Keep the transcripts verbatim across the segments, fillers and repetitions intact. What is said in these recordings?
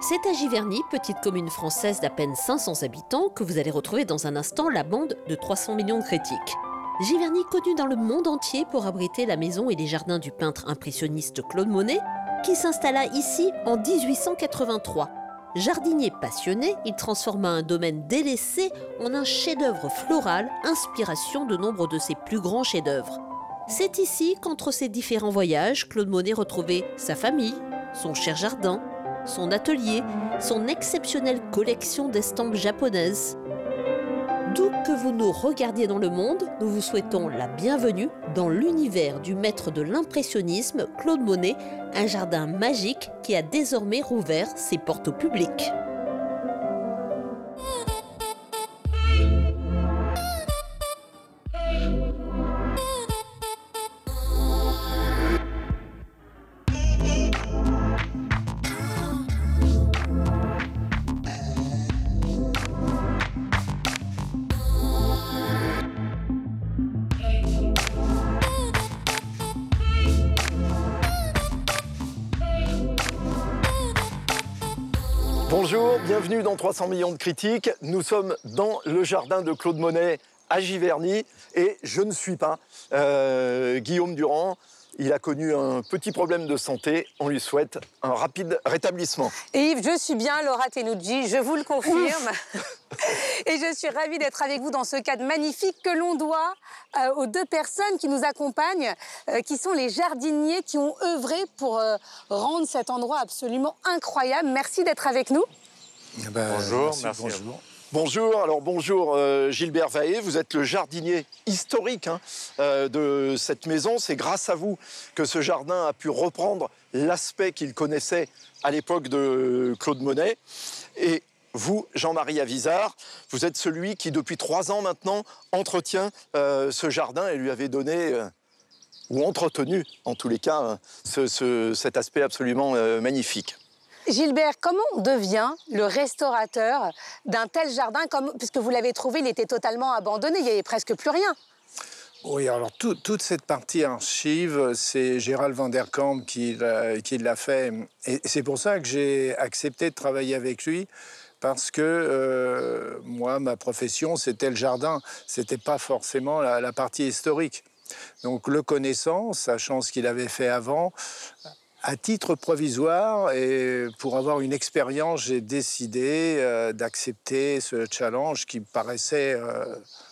C'est à Giverny, petite commune française d'à peine cinq cents habitants, que vous allez retrouver dans un instant la bande de trois cents millions de critiques. Giverny connu dans le monde entier pour abriter la maison et les jardins du peintre impressionniste Claude Monet, qui s'installa ici en dix-huit cent quatre-vingt-trois. Jardinier passionné, il transforma un domaine délaissé en un chef-d'œuvre floral, inspiration de nombre de ses plus grands chefs-d'œuvre. C'est ici qu'entre ses différents voyages, Claude Monet retrouvait sa famille, son cher jardin, son atelier, son exceptionnelle collection d'estampes japonaises. D'où que vous nous regardiez dans le monde, nous vous souhaitons la bienvenue dans l'univers du maître de l'impressionnisme, Claude Monet, un jardin magique qui a désormais rouvert ses portes au public. Bonjour, bienvenue dans trois cents millions de critiques. Nous sommes dans le jardin de Claude Monet à Giverny et je ne suis pas euh, Guillaume Durand. Il a connu un petit problème de santé. On lui souhaite un rapide rétablissement. Et Yves, je suis bien Laura Tenucci, je vous le confirme. Et je suis ravie d'être avec vous dans ce cadre magnifique que l'on doit euh, aux deux personnes qui nous accompagnent, euh, qui sont les jardiniers qui ont œuvré pour euh, rendre cet endroit absolument incroyable. Merci d'être avec nous. Ben, bonjour, merci, merci. bonjour. À vous. Bonjour, alors bonjour euh, Gilbert Vaé, vous êtes le jardinier historique hein, euh, de cette maison. C'est grâce à vous que ce jardin a pu reprendre l'aspect qu'il connaissait à l'époque de Claude Monet. Et vous, Jean-Marie Avizard, vous êtes celui qui, depuis trois ans maintenant, entretient euh, ce jardin et lui avait donné, euh, ou entretenu en tous les cas, euh, ce, ce, cet aspect absolument euh, magnifique. Gilbert, comment on devient le restaurateur d'un tel jardin comme, puisque vous l'avez trouvé, il était totalement abandonné, il n'y avait presque plus rien. Oui, alors tout, toute cette partie archive, c'est Gérald van der Kamp qui l'a, qui l'a fait. Et c'est pour ça que j'ai accepté de travailler avec lui, parce que euh, moi, ma profession, c'était le jardin, c'était pas forcément la, la partie historique. Donc le connaissant, sachant ce qu'il avait fait avant, à titre provisoire et pour avoir une expérience, j'ai décidé euh, d'accepter ce challenge qui me paraissait euh,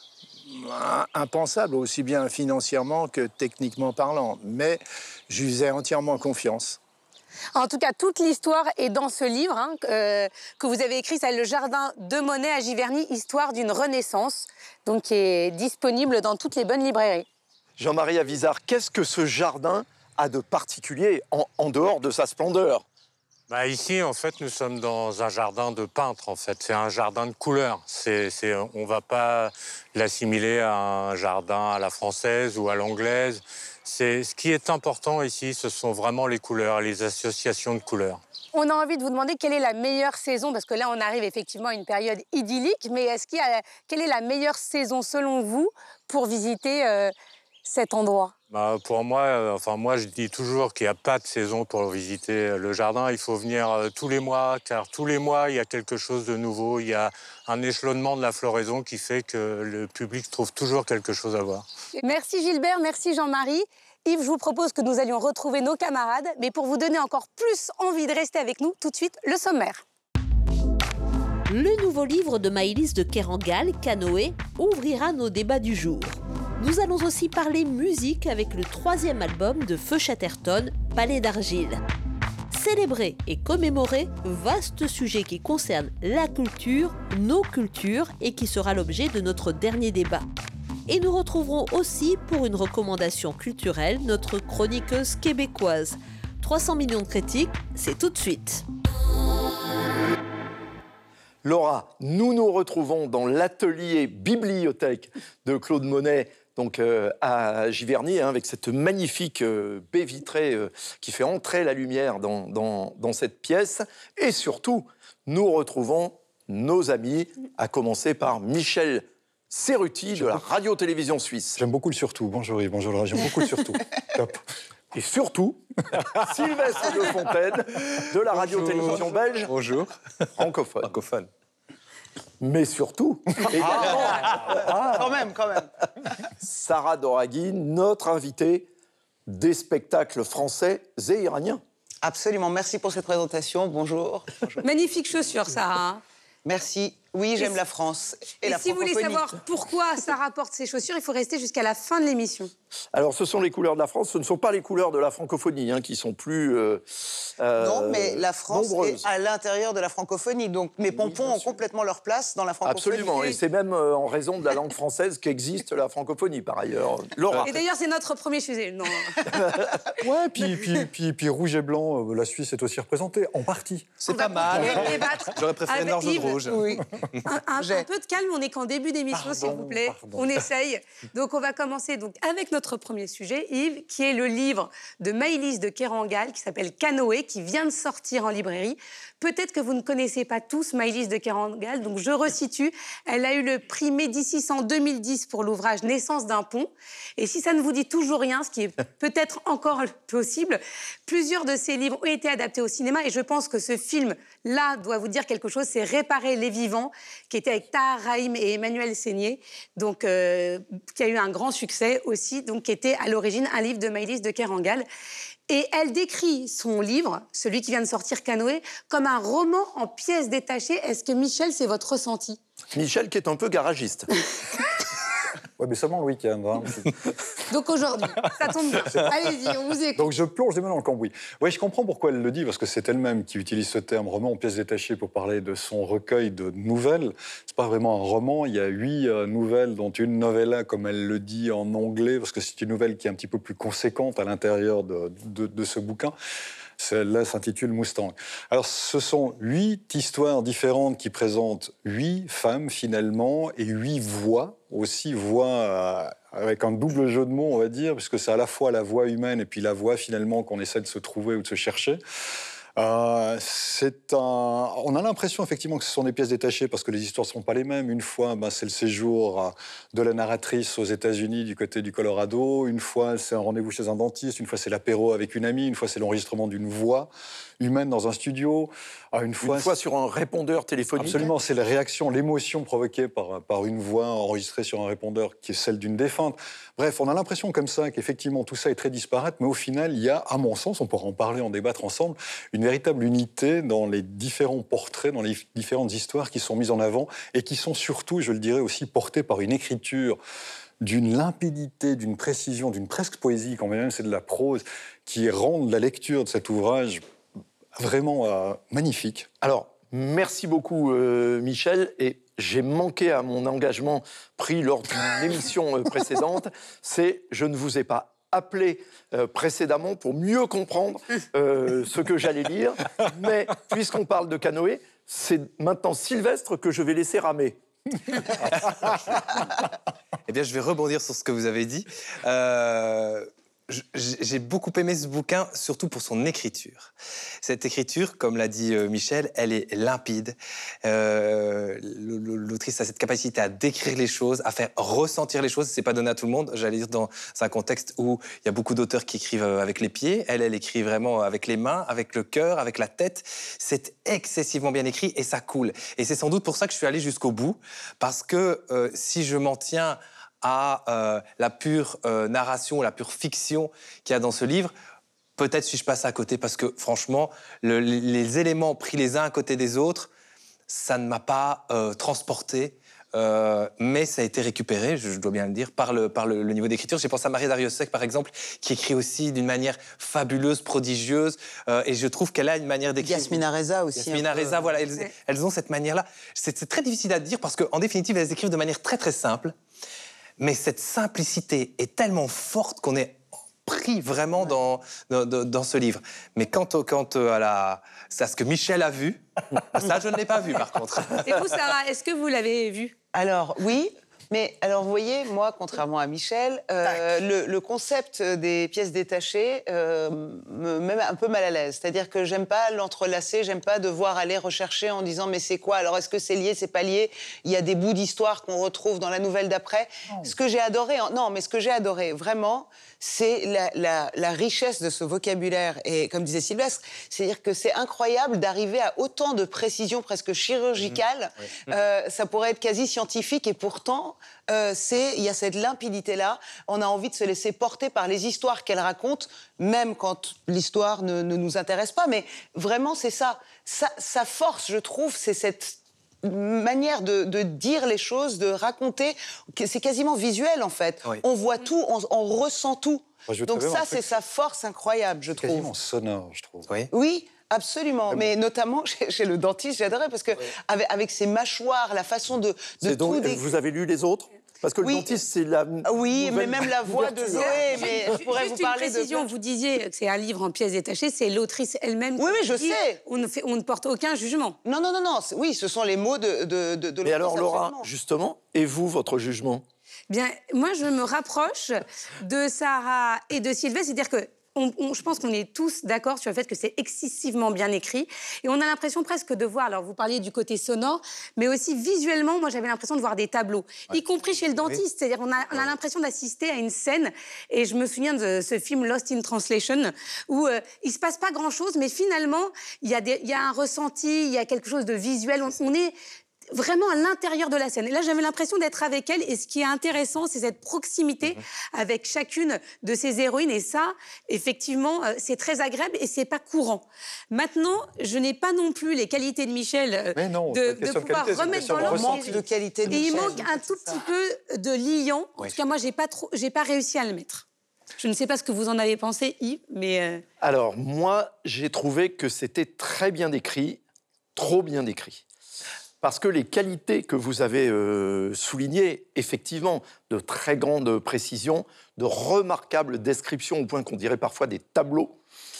impensable, aussi bien financièrement que techniquement parlant. Mais je lui faisais entièrement confiance. En tout cas, toute l'histoire est dans ce livre hein, euh, que vous avez écrit, c'est Le Jardin de Monet à Giverny, histoire d'une renaissance, donc qui est disponible dans toutes les bonnes librairies. Jean-Marie Avizard, qu'est-ce que ce jardin a de particulier en, en dehors de sa splendeur? Bah ici, en fait, nous sommes dans un jardin de peintre, en fait. C'est un jardin de couleurs. C'est, c'est, on ne va pas l'assimiler à un jardin à la française ou à l'anglaise. C'est, ce qui est important ici, ce sont vraiment les couleurs, les associations de couleurs. On a envie de vous demander quelle est la meilleure saison, parce que là, on arrive effectivement à une période idyllique, mais est-ce qu'il y a, quelle est la meilleure saison, selon vous, pour visiter euh, cet endroit? Bah, pour moi, euh, enfin moi je dis toujours qu'il n'y a pas de saison pour visiter le jardin. Il faut venir euh, tous les mois, car tous les mois il y a quelque chose de nouveau. Il y a un échelonnement de la floraison qui fait que le public trouve toujours quelque chose à voir. Merci Gilbert, merci Jean-Marie. Yves, je vous propose que nous allions retrouver nos camarades, mais pour vous donner encore plus envie de rester avec nous, tout de suite, le sommaire. Le nouveau livre de Maëlys de Kerangal, Canoë, ouvrira nos débats du jour. Nous allons aussi parler musique avec le troisième album de Feu Chatterton, Palais d'Argile. Célébrer et commémorer, vaste sujet qui concerne la culture, nos cultures et qui sera l'objet de notre dernier débat. Et nous retrouverons aussi pour une recommandation culturelle notre chroniqueuse québécoise. trois cents millions de critiques, c'est tout de suite. Laura, nous nous retrouvons dans l'atelier bibliothèque de Claude Monet, donc euh, à Giverny, hein, avec cette magnifique euh, baie vitrée euh, qui fait entrer la lumière dans, dans, dans cette pièce. Et surtout, nous retrouvons nos amis, à commencer par Michel Cerruti de la radio-télévision suisse. J'aime beaucoup le surtout. Bonjour Yves, bonjour Laura, j'aime beaucoup le surtout. Top. et surtout Sylvestre de Fontaine de la radio-télévision belge. Bonjour. Francophone. Francophone. Mais surtout, également, Ah, quand même, quand même. Sarah Doraghi, notre invitée des spectacles français et iraniens. Absolument. Merci pour cette présentation. Bonjour. Bonjour. Magnifique chaussure, Sarah. Merci. Oui, j'aime Et la France et, Et la si vous voulez francophonie. savoir pourquoi Sarah porte ses chaussures, il faut rester jusqu'à la fin de l'émission. Alors, ce sont les couleurs de la France, ce ne sont pas les couleurs de la francophonie, hein, qui sont plus euh, euh, Non, mais la France nombreuses. est à l'intérieur de la francophonie. Donc mes pompons ont complètement leur place dans la francophonie. Absolument, et c'est même euh, en raison de la langue française qu'existe la francophonie, par ailleurs. Laura. Et d'ailleurs, c'est notre premier sujet. Non. Ouais, puis, puis, puis, puis rouge et blanc, euh, la Suisse est aussi représentée, en partie. C'est On pas va mal. continuer à débattre J'aurais préféré avec Norge de Yves. rouge. Oui. Un, un- J'ai. un peu de calme, on n'est qu'en début d'émission, s'il vous plaît. pardon. On essaye. Donc, on va commencer donc, avec notre premier sujet, Yves, qui est le livre de Maëlys de Kerangal, qui s'appelle Canoë, qui vient de sortir en librairie. Peut-être que vous ne connaissez pas tous Maëlys de Kerangal, donc je resitue. Elle a eu le prix Médicis en deux mille dix pour l'ouvrage Naissance d'un pont. Et si ça ne vous dit toujours rien, ce qui est peut-être encore possible, plusieurs de ses livres ont été adaptés au cinéma. Et je pense que ce film-là doit vous dire quelque chose. C'est Réparer les vivants, qui était avec Tahar Rahim et Emmanuel Seigné, donc, euh, qui a eu un grand succès aussi, donc, qui était à l'origine un livre de Maëlys de Kerangal. Et elle décrit son livre, celui qui vient de sortir, Canoë, comme un roman en pièces détachées. Est-ce que, Michel, c'est votre ressenti? Michel, qui est un peu garagiste. Ouais, mais seulement le week-end. Hein. Donc aujourd'hui, ça tombe bien. Allez-y, on vous écoute. Donc je plonge les mains dans le cambouis. Oui, je comprends pourquoi elle le dit, parce que c'est elle-même qui utilise ce terme roman en pièces détachées pour parler de son recueil de nouvelles. C'est pas vraiment un roman, il y a huit euh, nouvelles, dont une novella, comme elle le dit en anglais, parce que c'est une nouvelle qui est un petit peu plus conséquente à l'intérieur de, de, de ce bouquin. Celle-là s'intitule Mustang. Alors, ce sont huit histoires différentes qui présentent huit femmes, finalement, et huit voix, aussi voix euh, avec un double jeu de mots, on va dire, puisque c'est à la fois la voix humaine et puis la voix, finalement, qu'on essaie de se trouver ou de se chercher. Euh, c'est un... On a l'impression effectivement que ce sont des pièces détachées parce que les histoires ne sont pas les mêmes. Une fois, ben, c'est le séjour de la narratrice aux États-Unis du côté du Colorado. Une fois, c'est un rendez-vous chez un dentiste. Une fois, c'est l'apéro avec une amie. Une fois, c'est l'enregistrement d'une voix humaine dans un studio. Une fois, Une fois sur un répondeur téléphonique. Absolument, c'est la réaction, l'émotion provoquée par, par une voix enregistrée sur un répondeur qui est celle d'une défunte. Bref, on a l'impression comme ça qu'effectivement tout ça est très disparate, mais au final, il y a, à mon sens, on pourra en parler, en débattre ensemble, une véritable unité dans les différents portraits, dans les différentes histoires qui sont mises en avant et qui sont surtout, je le dirais aussi, portées par une écriture d'une limpidité, d'une précision, d'une presque poésie, quand même c'est de la prose, qui rendent la lecture de cet ouvrage vraiment euh, magnifique. Alors, merci beaucoup, euh, Michel. Et j'ai manqué à mon engagement pris lors d'une émission euh, précédente. C'est je ne vous ai pas appelé euh, précédemment pour mieux comprendre euh, ce que j'allais lire. Mais puisqu'on parle de Canoë, c'est maintenant Sylvestre que je vais laisser ramer. Eh bien, je vais rebondir sur ce que vous avez dit. Euh, j'ai beaucoup aimé ce bouquin, surtout pour son écriture. Cette écriture, comme l'a dit Michel, elle est limpide. Euh, L'autrice a cette capacité à décrire les choses, à faire ressentir les choses. C'est pas donné à tout le monde. J'allais dire dans un contexte où il y a beaucoup d'auteurs qui écrivent avec les pieds. Elle, elle écrit vraiment avec les mains, avec le cœur, avec la tête. C'est excessivement bien écrit et ça coule. Et c'est sans doute pour ça que je suis allé jusqu'au bout, parce que euh, si je m'en tiens à euh, la pure euh, narration, la pure fiction qu'il y a dans ce livre, peut-être suis-je passé à côté parce que, franchement, le, les, les éléments pris les uns à côté des autres, ça ne m'a pas euh, transporté, euh, mais ça a été récupéré, je, je dois bien le dire, par le, par le, le niveau d'écriture. J'ai pensé à Maria Dariussec, par exemple, qui écrit aussi d'une manière fabuleuse, prodigieuse, euh, et je trouve qu'elle a une manière d'écrire... Yasmina Reza aussi. Yasmina Reza, voilà, elles, Ouais. elles ont cette manière-là. C'est très difficile à dire parce qu'en définitive, elles écrivent de manière très, très simple. Mais cette simplicité est tellement forte qu'on est pris vraiment dans, dans, dans ce livre. Mais quant, au, quant à, la, à ce que Michel a vu, ça, je ne l'ai pas vu, par contre. Et vous, Sarah, est-ce que vous l'avez vu? Alors, oui, Mais alors, vous voyez, moi, contrairement à Michel, euh, le, le concept des pièces détachées euh, me met un peu mal à l'aise. C'est-à-dire que j'aime pas l'entrelacer, j'aime pas devoir aller rechercher en disant mais c'est quoi? Alors est-ce que c'est lié, c'est pas lié? Il y a des bouts d'histoire qu'on retrouve dans la nouvelle d'après. Oh. Ce que j'ai adoré, non, mais ce que j'ai adoré vraiment, c'est la, la, la richesse de ce vocabulaire. Et comme disait Sylvestre, c'est-à-dire que c'est incroyable d'arriver à autant de précision presque chirurgicale. Mmh. Oui. Euh, ça pourrait être quasi scientifique et pourtant, euh, c'est, il y a cette limpidité-là. On a envie de se laisser porter par les histoires qu'elle raconte, même quand l'histoire ne, ne nous intéresse pas. Mais vraiment, c'est ça. Sa, sa force, je trouve, c'est cette manière de, de dire les choses, de raconter. C'est quasiment visuel, en fait. Oui. On voit tout, on, on ressent tout. Moi, donc ça, c'est sa force incroyable, je trouve. C'est quasiment sonore, je trouve. Oui, oui. Absolument, mais notamment chez, chez le dentiste, j'adorais parce que oui. avec, avec ses mâchoires, la façon de, de donc, tout dé... Vous avez lu les autres? Parce que oui. le dentiste, c'est la Oui, mais même la voix de Zoé, mais je pourrais Juste vous parler une précision, de... vous disiez que c'est un livre en pièces détachées, c'est l'autrice elle-même Oui, oui, je dit, sais. On ne, fait, on ne porte aucun jugement. Non, non, non, non, oui, ce sont les mots de, de, de, de Mais alors, Laura, absolument. justement, et vous, votre jugement? Bien, moi, je me rapproche de Sarah et de Sylvestre, c'est-à-dire que On, on, je pense qu'on est tous d'accord sur le fait que c'est excessivement bien écrit. Et on a l'impression presque de voir, alors vous parliez du côté sonore, mais aussi visuellement, moi j'avais l'impression de voir des tableaux, ouais. y compris chez le dentiste. Oui. C'est-à-dire qu'on a, on a l'impression d'assister à une scène. Et je me souviens de ce film Lost in Translation, où euh, il ne se passe pas grand-chose, mais finalement, il y, y a un ressenti, il y a quelque chose de visuel. On, on est vraiment à l'intérieur de la scène. Et là, j'avais l'impression d'être avec elle. Et ce qui est intéressant, c'est cette proximité mmh. avec chacune de ces héroïnes. Et ça, effectivement, euh, c'est très agréable et c'est pas courant. Maintenant, je n'ai pas non plus les qualités de Michel euh, non, de, de pouvoir qualité, remettre dans l'ordre. manque de qualité de Et Michel. il manque un tout petit peu de liant. En ouais. tout cas, moi, j'ai pas trop, j'ai pas réussi à le mettre. Je ne sais pas ce que vous en avez pensé, Yves, mais... Euh... Alors, moi, j'ai trouvé que c'était très bien écrit, trop bien écrit. Parce que les qualités que vous avez euh, soulignées, effectivement, de très grande précision, de remarquables descriptions, au point qu'on dirait parfois des tableaux,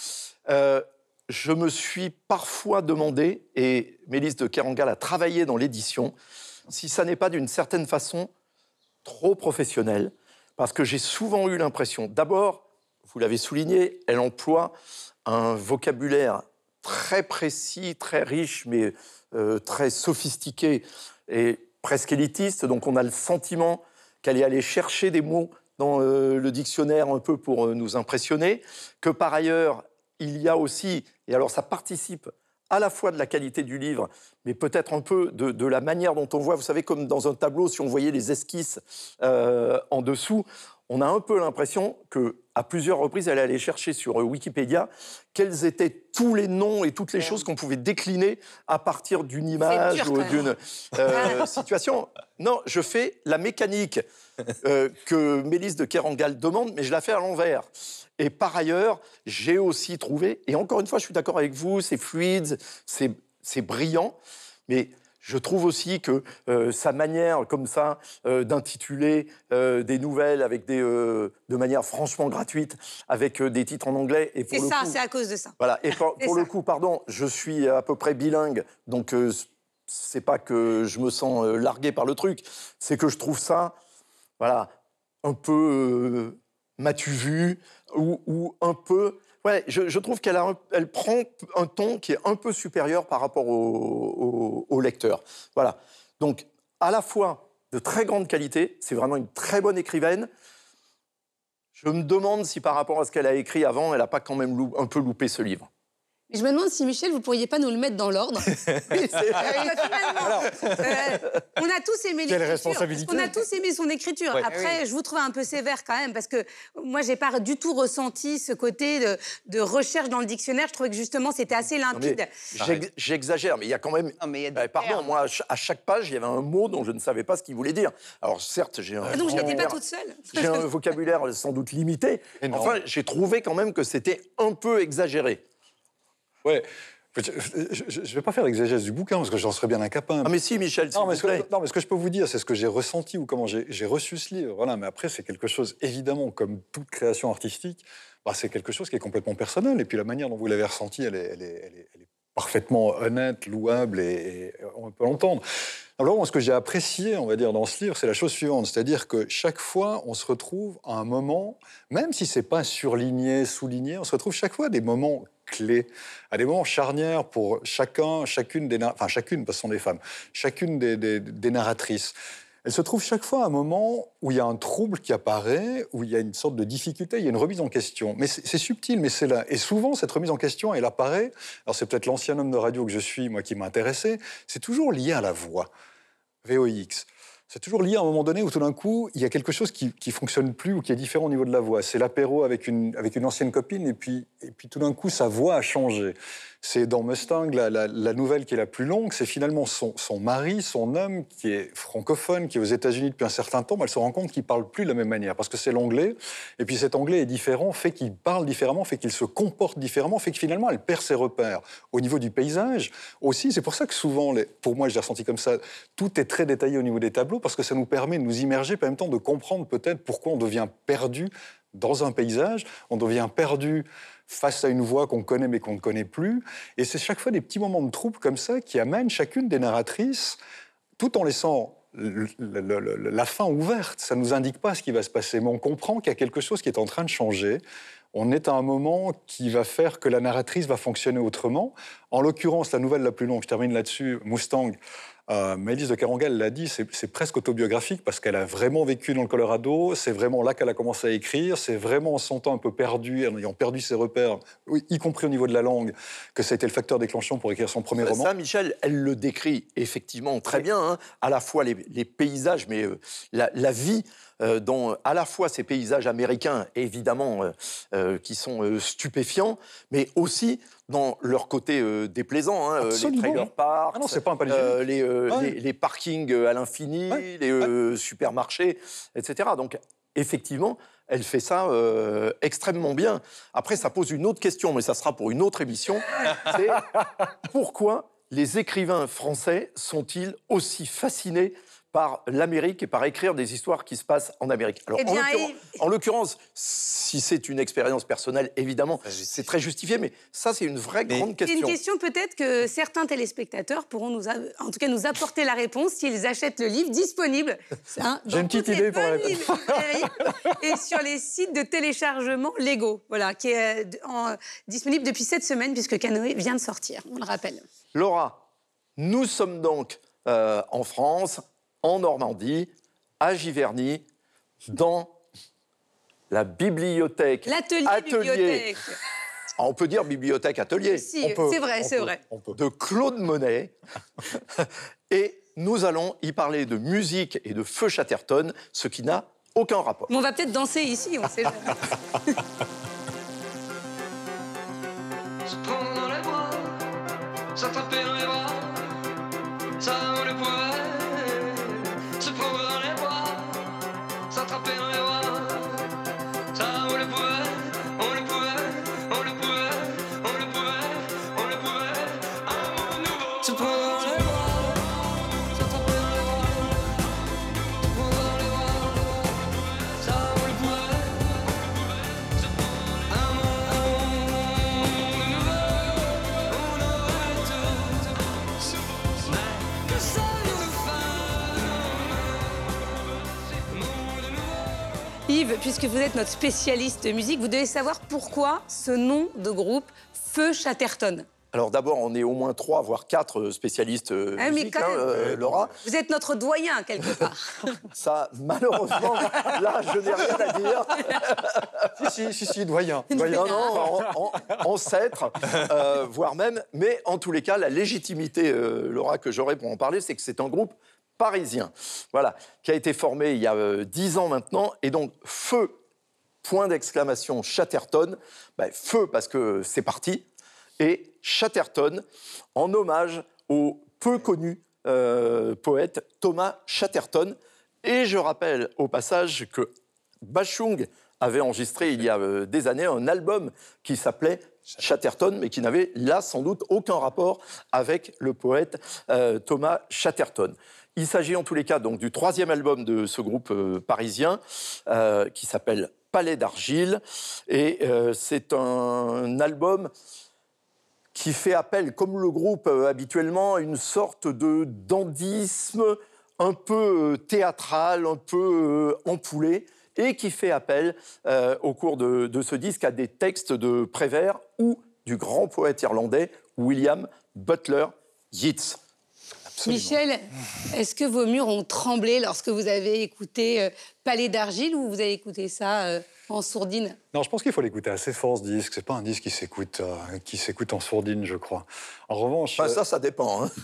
euh, je me suis parfois demandé, et Mélisse de Kerangal a travaillé dans l'édition, si ça n'est pas d'une certaine façon trop professionnel, parce que j'ai souvent eu l'impression, d'abord, vous l'avez souligné, elle emploie un vocabulaire très précis, très riche, mais euh, très sophistiqué et presque élitiste. Donc on a le sentiment qu'elle est allée chercher des mots dans euh, le dictionnaire un peu pour euh, nous impressionner, que par ailleurs, il y a aussi, et alors ça participe à la fois de la qualité du livre, mais peut-être un peu de, de la manière dont on voit, vous savez, comme dans un tableau, si on voyait les esquisses euh, en dessous, on a un peu l'impression qu'à plusieurs reprises, elle est allée chercher sur Wikipédia quels étaient tous les noms et toutes les ouais. choses qu'on pouvait décliner à partir d'une image dur, ou d'une euh, situation. Non, je fais la mécanique euh, que Mélisse de Kerangal demande, mais je la fais à l'envers. Et par ailleurs, j'ai aussi trouvé, et encore une fois, je suis d'accord avec vous, c'est fluide, c'est, c'est brillant, mais... Je trouve aussi que euh, sa manière, comme ça, euh, d'intituler euh, des nouvelles avec des, euh, de manière franchement gratuite, avec euh, des titres en anglais... Et pour c'est le ça, coup, c'est à cause de ça. Voilà, et pour, pour le coup, pardon, je suis à peu près bilingue, donc euh, c'est pas que je me sens euh, largué par le truc, c'est que je trouve ça, voilà, un peu euh, m'as-tu vu, ou, ou un peu... Ouais, je, je trouve qu'elle a un, elle prend un ton qui est un peu supérieur par rapport au, au, au lecteur. Voilà. Donc, à la fois de très grande qualité, c'est vraiment une très bonne écrivaine. Je me demande si par rapport à ce qu'elle a écrit avant, elle n'a pas quand même lou- un peu loupé ce livre. Et je me demande si, Michel, vous ne pourriez pas nous le mettre dans l'ordre. Oui, c'est vrai. Alors, euh, on a tous aimé Quelle l'écriture. responsabilité. On a tous aimé son écriture. Ouais. Après, oui. je vous trouve un peu sévère quand même, parce que moi, je n'ai pas du tout ressenti ce côté de, de recherche dans le dictionnaire. Je trouvais que justement, c'était assez limpide. J'ex- j'exagère, mais il y a quand même... Non, mais il y a des euh, pardon, termes. moi, à chaque page, il y avait un mot dont je ne savais pas ce qu'il voulait dire. Alors, certes, j'ai un... Ah donc, je n'étais pas toute seule. J'ai un vocabulaire sans doute limité. Enfin, j'ai trouvé quand même que c'était un peu exagéré. Ouais. Je ne vais pas faire l'exégèse du bouquin, parce que j'en serais bien incapable. Ah mais si, Michel, s'il non, mais vous ce plaît. que, non, mais ce que je peux vous dire, c'est ce que j'ai ressenti ou comment j'ai, j'ai reçu ce livre. Voilà, mais après, c'est quelque chose, évidemment, comme toute création artistique, bah, c'est quelque chose qui est complètement personnel. Et puis la manière dont vous l'avez ressenti, elle est, elle est, elle est, elle est parfaitement honnête, louable, et, et on peut l'entendre. Alors, moi, ce que j'ai apprécié, on va dire, dans ce livre, c'est la chose suivante, c'est-à-dire que chaque fois, on se retrouve à un moment, même si c'est pas surligné, souligné, on se retrouve chaque fois à des moments clés, à des moments charnières pour chacun, chacune des, enfin chacune, parce que ce sont des femmes, chacune des, des, des narratrices. Elle se trouve chaque fois à un moment où il y a un trouble qui apparaît, où il y a une sorte de difficulté, il y a une remise en question. Mais c'est subtil, mais c'est là. Et souvent, cette remise en question, elle apparaît, alors c'est peut-être l'ancien homme de radio que je suis, moi, qui m'a intéressé, c'est toujours lié à la voix. V O X. C'est toujours lié à un moment donné où tout d'un coup, il y a quelque chose qui ne fonctionne plus ou qui est différent au niveau de la voix. C'est l'apéro avec une, avec une ancienne copine et puis, et puis tout d'un coup, sa voix a changé. C'est dans Mustang, la, la, la nouvelle qui est la plus longue, c'est finalement son, son mari, son homme, qui est francophone, qui est aux États-Unis depuis un certain temps, mais elle se rend compte qu'il ne parle plus de la même manière, parce que c'est l'anglais, et puis cet anglais est différent, fait qu'il parle différemment, fait qu'il se comporte différemment, fait que finalement, elle perd ses repères. Au niveau du paysage, aussi, c'est pour ça que souvent, les, pour moi, je l'ai ressenti comme ça, tout est très détaillé au niveau des tableaux, parce que ça nous permet de nous immerger, puis en même temps de comprendre peut-être pourquoi on devient perdu dans un paysage, on devient perdu face à une voix qu'on connaît mais qu'on ne connaît plus. Et c'est chaque fois des petits moments de trouble comme ça qui amènent chacune des narratrices, tout en laissant le, le, le, la fin ouverte. Ça ne nous indique pas ce qui va se passer, mais on comprend qu'il y a quelque chose qui est en train de changer. On est à un moment qui va faire que la narratrice va fonctionner autrement. En l'occurrence, la nouvelle la plus longue, je termine là-dessus, Mustang, Euh, Maëlys de Kerangal l'a dit, c'est presque autobiographique parce qu'elle a vraiment vécu dans le Colorado, c'est vraiment là qu'elle a commencé à écrire, c'est vraiment en se sentant un peu perdue, en ayant perdu ses repères, y compris au niveau de la langue, que ça a été le facteur déclenchant pour écrire son premier roman. Ça, Michel, elle le décrit effectivement très bien, hein, à la fois les, les paysages, mais euh, la, la vie euh, dans à la fois ces paysages américains, évidemment, euh, euh, qui sont euh, stupéfiants, mais aussi dans leur côté euh, déplaisant, hein, les trailer parks, ah non, c'est pas un euh, les, euh, ouais. les, les parkings à l'infini, ouais. les euh, ouais. supermarchés, et cetera. Donc, effectivement, elle fait ça euh, extrêmement bien. Après, ça pose une autre question, mais ça sera pour une autre émission. C'est pourquoi les écrivains français sont-ils aussi fascinés par l'Amérique et par écrire des histoires qui se passent en Amérique. Alors, eh bien, en l'occurrence, il... si c'est une expérience personnelle, évidemment, c'est très justifié, mais ça, c'est une vraie mais... grande question. C'est une question peut-être que certains téléspectateurs pourront nous, a... en tout cas, nous apporter la réponse s'ils achètent le livre disponible. Hein, j'ai une petite idée pour la réponse. Et sur les sites de téléchargement légaux, voilà, qui est en... disponible depuis cette semaine, puisque Canoë vient de sortir, on le rappelle. Laura, nous sommes donc euh, en France, en Normandie, à Giverny, dans la bibliothèque. L'atelier bibliothèque. Ah, on peut dire bibliothèque atelier. Si, c'est vrai, c'est vrai. De Claude Monet. Et nous allons y parler de musique et de Feu Chatterton, ce qui n'a aucun rapport. Mais on va peut-être danser ici, on sait jamais. Se prendre dans les bras, s'attraper dans les bras, ça vaut le poids. Se prendre dans les bras, s'attraper dans les bras, ça on le pouvait, on le pouvait, on le pouvait, on le pouvait, on le pouvait, un monde nouveau. Se prendre dans les bras, s'attraper dans les bras, se prendre dans les bras, ça on le pouvait, se prendre un monde nouveau, on aurait tout, mais que ça nous fasse. Yves, puisque vous êtes notre spécialiste musique, vous devez savoir pourquoi ce nom de groupe, Feu Chatterton. Alors d'abord, on est au moins trois, voire quatre spécialistes euh, ah, musique, mais hein, euh, Laura. Vous êtes notre doyen, quelque part. Ça, malheureusement, là, je n'ai rien à dire. si, si, si, si, doyen. doyen. Non, non, en, en, ancêtre, euh, voire même. Mais en tous les cas, la légitimité, euh, Laura, que j'aurais pour en parler, c'est que c'est un groupe parisien, voilà, qui a été formé il y a dix euh, ans maintenant, et donc Feu, point d'exclamation, Chatterton, ben, Feu parce que c'est parti, et Chatterton, en hommage au peu connu euh, poète Thomas Chatterton, et je rappelle au passage que Bachung avait enregistré il y a euh, des années un album qui s'appelait Chatterton, mais qui n'avait là sans doute aucun rapport avec le poète euh, Thomas Chatterton. Il s'agit en tous les cas donc du troisième album de ce groupe euh, parisien euh, qui s'appelle Palais d'Argile, et euh, c'est un album qui fait appel, comme le groupe euh, habituellement, à une sorte de dandysme un peu euh, théâtral, un peu euh, ampoulé, et qui fait appel euh, au cours de, de ce disque à des textes de Prévert ou du grand poète irlandais William Butler Yeats. Absolument. Michel, est-ce que vos murs ont tremblé lorsque vous avez écouté euh, Palais d'argile ou vous avez écouté ça euh, en sourdine? Non, je pense qu'il faut l'écouter assez fort, ce disque. C'est pas un disque qui s'écoute euh, qui s'écoute en sourdine, je crois. En revanche... Enfin, ça, ça dépend. Hein.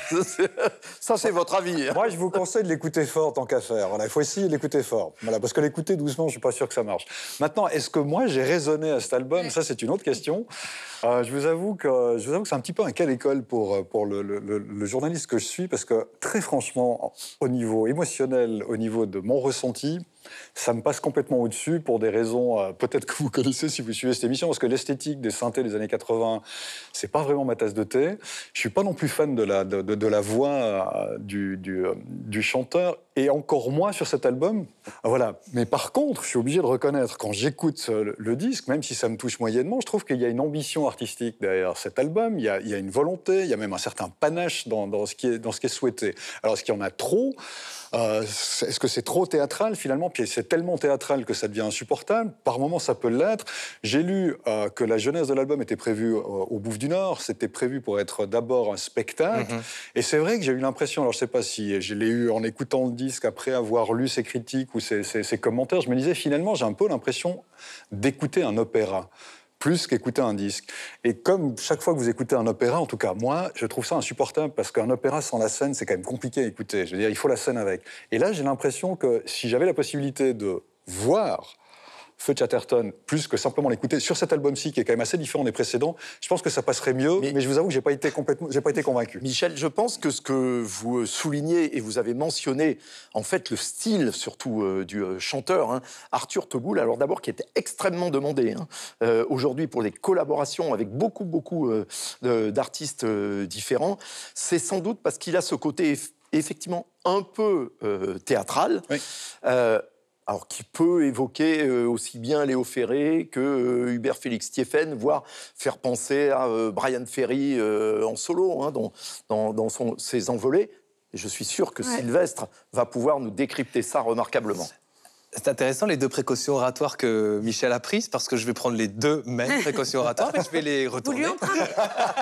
Ça, c'est votre avis. Hein. Moi, je vous conseille de l'écouter fort tant qu'à faire. Voilà, il faut essayer de l'écouter fort. Voilà, parce que l'écouter doucement, je suis pas sûr que ça marche. Maintenant, est-ce que moi, j'ai raisonné à cet album? Ça, c'est une autre question. Euh, je vous avoue que, je vous avoue que c'est un petit peu un cas d'école pour, pour le, le, le, le journaliste que je suis, parce que, très franchement, au niveau émotionnel, au niveau de mon ressenti, ça me passe complètement au-dessus pour des raisons euh, peut-être que vous connaissez si vous suivez cette émission, parce que l'esthétique des synthés des années quatre-vingts, c'est pas vraiment ma tasse de thé. Je suis pas non plus fan de la, de, de, de la voix euh, du, du, euh, du chanteur, et encore moins sur cet album. Voilà. Mais par contre, je suis obligé de reconnaître, quand j'écoute le, le disque, même si ça me touche moyennement, je trouve qu'il y a une ambition artistique derrière cet album, il y a, il y a une volonté, il y a même un certain panache dans, dans, ce, qui est, dans ce qui est souhaité. Alors, est-ce qu'il y en a trop? Euh, est-ce que c'est trop théâtral finalement? Puis c'est tellement théâtral que ça devient insupportable. Par moments, ça peut l'être. J'ai lu euh, que la genèse de l'album était prévue euh, au Bouffe du Nord. C'était prévu pour être d'abord un spectacle. Mm-hmm. Et c'est vrai que j'ai eu l'impression, alors je ne sais pas si je l'ai eu en écoutant le disque après avoir lu ses critiques ou ses, ses, ses commentaires, je me disais finalement, j'ai un peu l'impression d'écouter un opéra plus qu'écouter un disque. Et comme chaque fois que vous écoutez un opéra, en tout cas moi, je trouve ça insupportable parce qu'un opéra sans la scène, c'est quand même compliqué à écouter. Je veux dire, il faut la scène avec. Et là, j'ai l'impression que si j'avais la possibilité de voir Feu Chatterton, plus que simplement l'écouter sur cet album-ci, qui est quand même assez différent des précédents, je pense que ça passerait mieux, mais, mais je vous avoue que j'ai pas été complètement, j'ai pas été convaincu. Michel, je pense que ce que vous soulignez, et vous avez mentionné, en fait, le style, surtout, euh, du euh, chanteur, hein, Arthur Teboul, alors d'abord, qui était extrêmement demandé, hein, euh, aujourd'hui, pour des collaborations avec beaucoup, beaucoup euh, de, d'artistes euh, différents, c'est sans doute parce qu'il a ce côté, eff- effectivement, un peu euh, théâtral, oui. euh, alors qui peut évoquer euh, aussi bien Léo Ferré que euh, Hubert Félix Thieffen, voire faire penser à euh, Brian Ferry euh, en solo, hein, dans, dans, dans son, ses envolées. Et je suis sûr que ouais. Sylvestre va pouvoir nous décrypter ça remarquablement. C'est intéressant les deux précautions oratoires que Michel a prises, parce que je vais prendre les deux mêmes précautions oratoires et je vais les retourner. Vous lui empruntez.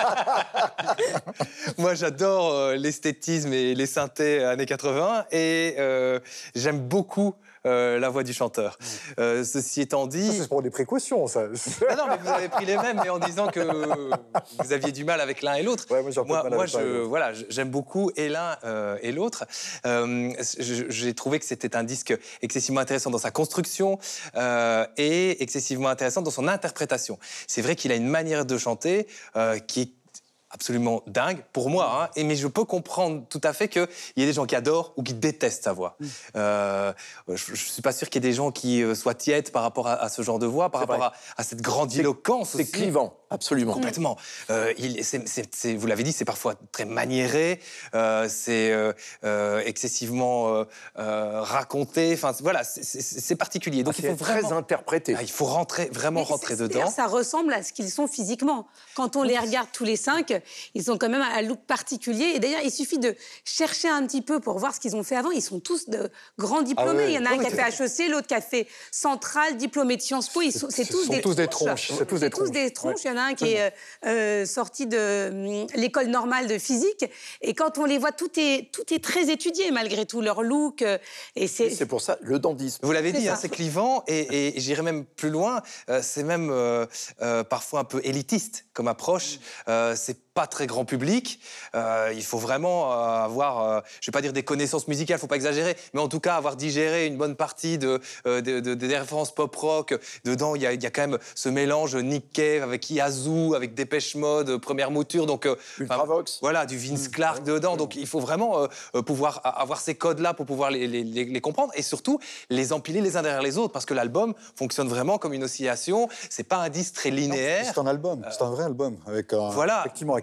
Moi, j'adore euh, l'esthétisme et les synthés années quatre-vingts et euh, j'aime beaucoup Euh, la voix du chanteur. Euh, ceci étant dit... Ça, c'est pour des précautions, ça. Ah non, mais vous avez pris les mêmes, mais en disant que vous aviez du mal avec l'un et l'autre. Ouais, moi, j'ai moi, mal moi avec je, voilà, j'aime beaucoup et l'un euh, et l'autre. Euh, j'ai trouvé que c'était un disque excessivement intéressant dans sa construction euh, et excessivement intéressant dans son interprétation. C'est vrai qu'il a une manière de chanter euh, qui est absolument dingue pour moi, hein. Et mais je peux comprendre tout à fait qu'il y ait des gens qui adorent ou qui détestent sa voix. Mm. Euh, je ne suis pas sûr qu'il y ait des gens qui euh, soient tièdes par rapport à, à ce genre de voix, par c'est rapport à, à cette grandiloquence. C'est clivant, absolument. Complètement. Euh, il, c'est, c'est, c'est, vous l'avez dit, c'est parfois très maniéré, euh, c'est euh, euh, excessivement euh, euh, raconté. Enfin, voilà, c'est, c'est, c'est particulier. Donc ah, il faut très vraiment interprété. Ah, il faut rentrer, vraiment mais rentrer dedans. Ça ressemble à ce qu'ils sont physiquement. Quand on les regarde tous les cinq, ils ont quand même un look particulier. Et d'ailleurs, il suffit de chercher un petit peu pour voir ce qu'ils ont fait avant. Ils sont tous de grands diplômés. Ah ouais. Il y en a non, un qui a fait H E C, l'autre qui a fait Centrale, diplômé de Sciences Po. Ils sont, c'est tous, sont des, tous des tronches. C'est tous c'est des tronches. Tous des tronches. Ouais. Il y en a un qui est euh, sorti de euh, l'école normale de physique. Et quand on les voit, tout est, tout est très étudié, malgré tout, leur look. Euh, et c'est... Et c'est pour ça, le dandysme. Vous l'avez dit, c'est, hein, c'est clivant. Et, et j'irai même plus loin. Euh, c'est même euh, euh, parfois un peu élitiste comme approche. Euh, c'est pas très grand public. Euh, il faut vraiment euh, avoir, euh, je vais pas dire des connaissances musicales, faut pas exagérer, mais en tout cas avoir digéré une bonne partie de, euh, de, de, des références pop-rock. Dedans, il y a, il y a quand même ce mélange Nick Cave avec Yazoo, avec Dépêche Mode, première mouture. Donc, euh, Ultravox. Voilà, du Vince Clarke mmh. dedans. Donc, il faut vraiment euh, pouvoir avoir ces codes-là pour pouvoir les, les, les, les comprendre et surtout les empiler les uns derrière les autres parce que l'album fonctionne vraiment comme une oscillation. C'est pas un disque très linéaire. Non, c'est un album, c'est un vrai album avec un, voilà. effectivement avec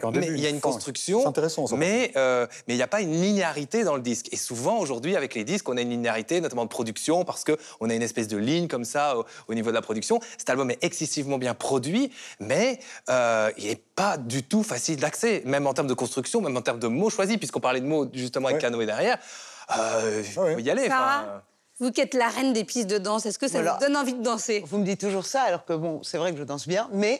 un mais début, il y a une une fin. construction, C'est intéressant, ça. mais euh, mais il n'y a pas une linéarité dans le disque. Et souvent, aujourd'hui, avec les disques, on a une linéarité, notamment de production, parce qu'on a une espèce de ligne comme ça au, au niveau de la production. Cet album est excessivement bien produit, mais euh, il n'est pas du tout facile d'accès, même en termes de construction, même en termes de mots choisis, puisqu'on parlait de mots justement avec Ouais. Canoë derrière. Euh, Il Ouais. faut y aller. Sarah, enfin, vous qui êtes la reine des pistes de danse, est-ce que ça Voilà. vous donne envie de danser? Vous me dites toujours ça, alors que bon, c'est vrai que je danse bien, mais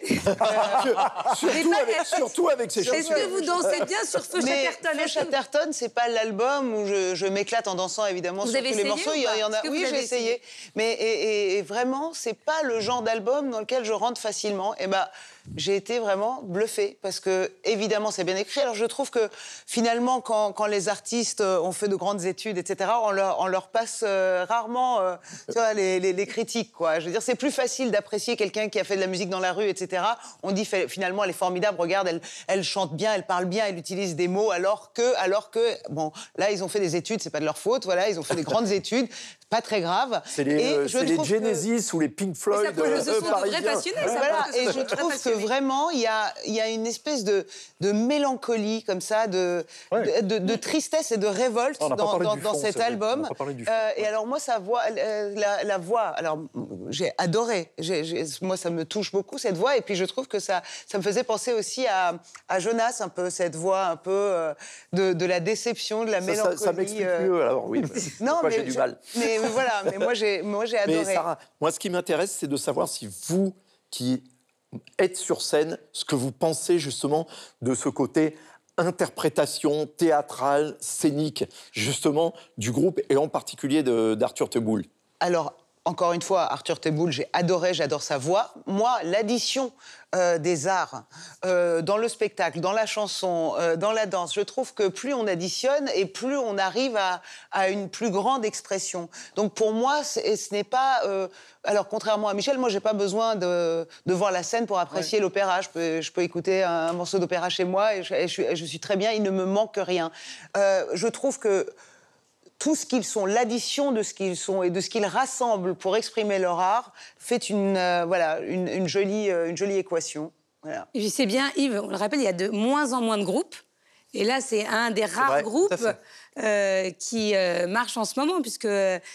Surtout pas- avec, surtout avec ses Est-ce chaussures. que vous dansez bien sur Feu Mais Chatterton? Feu Est-ce que- Chatterton, c'est pas l'album où je, je m'éclate en dansant évidemment Vous sur avez tous les essayé morceaux. ou Il y, en- pas il y en a. Est-ce que Oui, vous j'ai avez essayé. essayé Mais et, et- et vraiment, c'est pas le genre d'album dans lequel je rentre facilement. Et ben, j'ai été vraiment bluffée parce que évidemment, c'est bien écrit. Alors, je trouve que finalement, quand, quand les artistes euh, ont fait de grandes études, et cetera, on leur, on leur passe euh, rarement, euh, tu vois, les, les- les critiques, quoi. Je veux dire, c'est plus facile d'apprécier quelqu'un qui a fait de la musique dans la rue, et cetera. On dit fait- finalement, elle est formidable. Regarde, elle, elle chante bien, elle parle bien, elle utilise des mots, alors que, alors que, bon, là, ils ont fait des études, c'est pas de leur faute. Voilà, ils ont fait des grandes études, pas très grave. C'est les, Et euh, je c'est les trouve que- Genesis ou les Pink Ça Floyd peut- euh, ce sont de vrais parisiens. passionnés, ça Voilà, peut- ce et sont je de vrais trouve que passionnés. vraiment, il y a, il y a une espèce de, de mélancolie comme ça, de, Ouais. de, de- de tristesse et de révolte On n'a pas dans, parlé dans- du dans fond, cet c'est vrai. album. On n'a pas parlé du fond. Euh, et alors moi, sa voix, euh, la, la voix, alors j'ai adoré. J'ai- j'ai- moi, ça me touche beaucoup cette voix, et puis je trouve que ça, ça me faisait penser aussi à, à Jonas, un peu cette voix, un peu euh, de, de la déception, de la Ça, mélancolie. ça, ça m'explique euh, mieux, alors oui. Non, Pourquoi mais j'ai du je- mal. Mais voilà, mais moi j'ai, moi j'ai adoré. Mais Sarah, moi, ce qui m'intéresse, c'est de savoir si vous, qui êtes sur scène, ce que vous pensez justement de ce côté interprétation théâtrale, scénique, justement, du groupe, et en particulier de- d'Arthur Teboul. Alors, encore une fois, Arthur Teboul, j'ai adoré, j'adore sa voix. Moi, l'addition euh, des arts euh, dans le spectacle, dans la chanson, euh, dans la danse, je trouve que plus on additionne et plus on arrive à, à une plus grande expression. Donc pour moi, c'est- ce n'est pas... euh, alors, contrairement à Michel, moi, j'ai pas besoin de, de voir la scène pour apprécier l'opéra. Je peux, je peux écouter un, morceau d'opéra chez moi et je, et je suis, et je suis très bien, il ne me manque rien. Euh, je trouve que tout ce qu'ils sont, l'addition de ce qu'ils sont et de ce qu'ils rassemblent pour exprimer leur art, fait une, euh, voilà, une, une jolie, euh, une jolie équation. Voilà. Et puis c'est bien, Yves, on le rappelle, il y a de moins en moins de groupes. Et là, c'est un des rares vrai, groupes tout à fait. euh, qui euh, marche en ce moment, puisque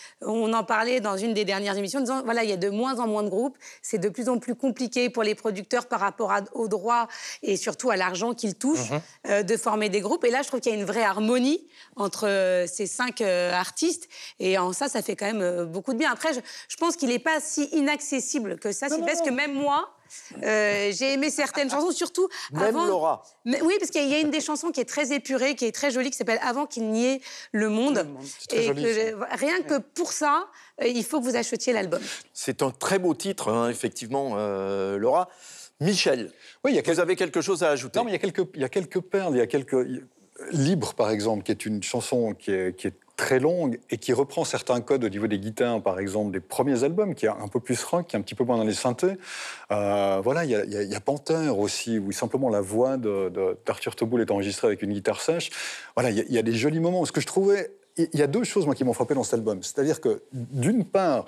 on en parlait dans une des dernières émissions, en disant voilà, il y a de moins en moins de groupes. C'est de plus en plus compliqué pour les producteurs par rapport à- aux droits et surtout à l'argent qu'ils touchent euh, de former des groupes. Et là, je trouve qu'il y a une vraie harmonie entre euh, ces cinq euh, artistes. Et en ça, ça fait quand même euh, beaucoup de bien. Après, je, je pense qu'il n'est pas si inaccessible que ça, Sylvestre, que même moi, euh, j'ai aimé certaines chansons, surtout Même avant... Laura. Mais oui, parce qu'il y a une des chansons qui est très épurée, qui est très jolie, qui s'appelle Avant qu'il n'y ait le monde. très Et joli, que ça. je- rien que pour ça, euh, il faut que vous achetiez l'album. C'est un très beau titre, hein, effectivement, euh, Laura. Michel, Oui, il y a vous avez quelque chose à ajouter? Non, mais il y a quelques, il y a quelques perles. Il y a quelques. Libre, par exemple, qui est une chanson qui est, qui est très longue et qui reprend certains codes au niveau des guitares, par exemple, des premiers albums, qui est un peu plus rock, qui est un petit peu moins dans les synthés. Euh, voilà, il y, a, il y a- il y a Panthère aussi, où simplement la voix de- de- d'Arthur Teboul est enregistrée avec une guitare sèche. Voilà, il y, a, il y a des jolis moments. Ce que je trouvais... Il y a deux choses, moi, qui m'ont frappé dans cet album. C'est-à-dire que, d'une part,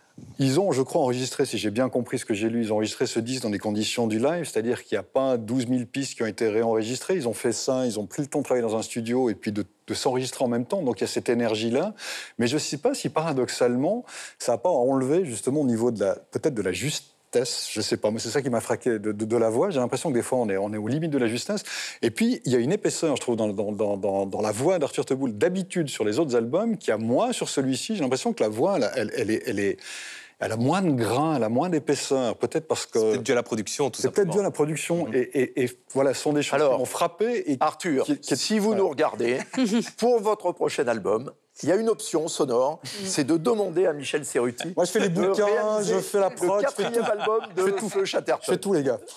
ils ont, je crois, enregistré, si j'ai bien compris ce que j'ai lu, ils ont enregistré ce disque dans des conditions du live, c'est-à-dire qu'il n'y a pas douze mille pistes qui ont été réenregistrées. Ils ont fait ça, ils ont pris le temps de travailler dans un studio et puis de, de s'enregistrer en même temps. Donc il y a cette énergie-là. Mais je ne sais pas si, paradoxalement, ça n'a pas enlevé, justement, au niveau de la, peut-être de la justesse. Je ne sais pas, mais c'est ça qui m'a frappé de, de, de la voix. J'ai l'impression que des fois, on est, on est aux limites de la justesse. Et puis, il y a une épaisseur, je trouve, dans, dans, dans, dans, dans la voix d'Arthur Teboul, d'habitude sur les autres albums, qui a moins sur celui-ci. J'ai l'impression que la voix, elle, elle, elle est... Elle est Elle a moins de grain, elle a moins d'épaisseur, peut-être parce que... C'est peut-être dû à la production, tout C'est peut-être simplement. dû à la production. Et, et, et voilà, ce sont des choses Alors, qui m'ont frappé. Et Arthur, qui- qui- si vous voilà. nous regardez, pour votre prochain album, il y a une option sonore, c'est de demander à Michel Cerruti. Moi, je fais les de bouquins, réaliser je fais la prod, Le je fais quatrième tout. album de Feu Je Chatterton. fais tout, les gars.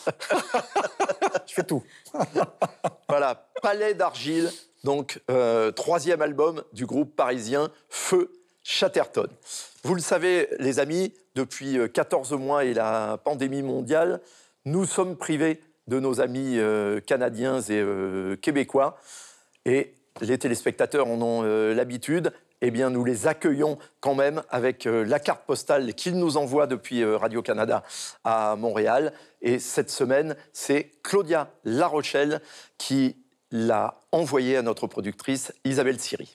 Je fais tout. Voilà, Palais d'Argile, donc euh, troisième album du groupe parisien Feu Chatterton. Vous le savez, les amis, depuis quatorze mois et la pandémie mondiale, nous sommes privés de nos amis euh, canadiens et euh, québécois. Et les téléspectateurs en ont euh, l'habitude. eh bien, nous les accueillons quand même avec euh, la carte postale qu'ils nous envoient depuis euh, Radio-Canada à Montréal. Et cette semaine, c'est Claudia Larochelle qui l'a envoyée à notre productrice Isabelle Siri.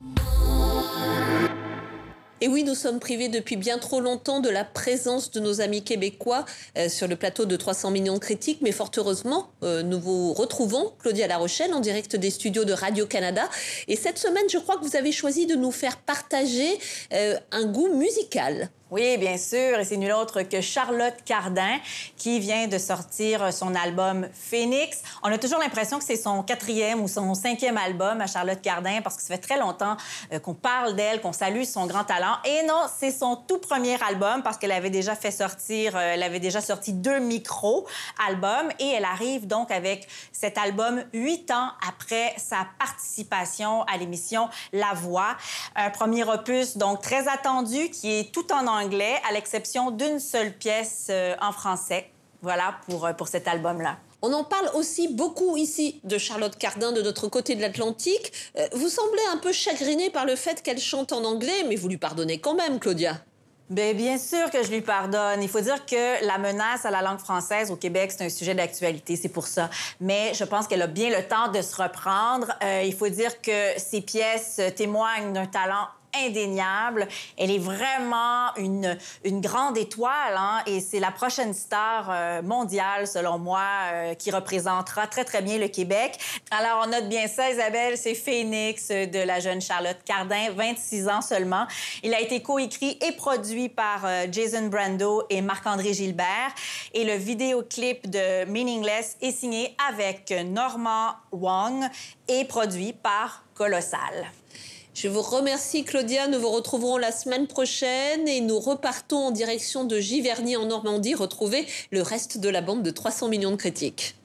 Et oui, nous sommes privés depuis bien trop longtemps de la présence de nos amis québécois euh, sur le plateau de trois cents millions de critiques. Mais fort heureusement, euh, nous vous retrouvons, Claudia Larochelle, en direct des studios de Radio-Canada. Et cette semaine, je crois que vous avez choisi de nous faire partager euh, un goût musical. Oui, bien sûr, et c'est nul autre que Charlotte Cardin qui vient de sortir son album Phoenix. On a toujours l'impression que c'est son quatrième ou son cinquième album à Charlotte Cardin parce que ça fait très longtemps euh, qu'on parle d'elle, qu'on salue son grand talent. Et non, c'est son tout premier album parce qu'elle avait déjà fait sortir, euh, elle avait déjà sorti deux micro-albums et elle arrive donc avec cet album huit ans après sa participation à l'émission La Voix. Un premier opus donc très attendu qui est tout en anglais anglais, à l'exception d'une seule pièce euh, en français. Voilà pour, pour cet album-là. On en parle aussi beaucoup ici de Charlotte Cardin de notre côté de l'Atlantique. Euh, vous semblez un peu chagriné par le fait qu'elle chante en anglais, mais vous lui pardonnez quand même, Claudia. Bien, bien sûr que je lui pardonne. Il faut dire que la menace à la langue française au Québec, c'est un sujet d'actualité, c'est pour ça. Mais je pense qu'elle a bien le temps de se reprendre. Euh, il faut dire que ses pièces témoignent d'un talent indéniable. Elle est vraiment une, une grande étoile, hein, et c'est la prochaine star euh, mondiale, selon moi, euh, qui représentera très, très bien le Québec. Alors, on note bien ça, Isabelle, c'est Phoenix de la jeune Charlotte Cardin, vingt-six ans seulement. Il a été coécrit et produit par euh, Jason Brando et Marc-André Gilbert. Et le vidéoclip de Meaningless est signé avec Norman Wong et produit par Colossal. Je vous remercie, Claudia. Nous vous retrouverons la semaine prochaine et nous repartons en direction de Giverny en Normandie, retrouver le reste de la bande de trois cents millions de critiques.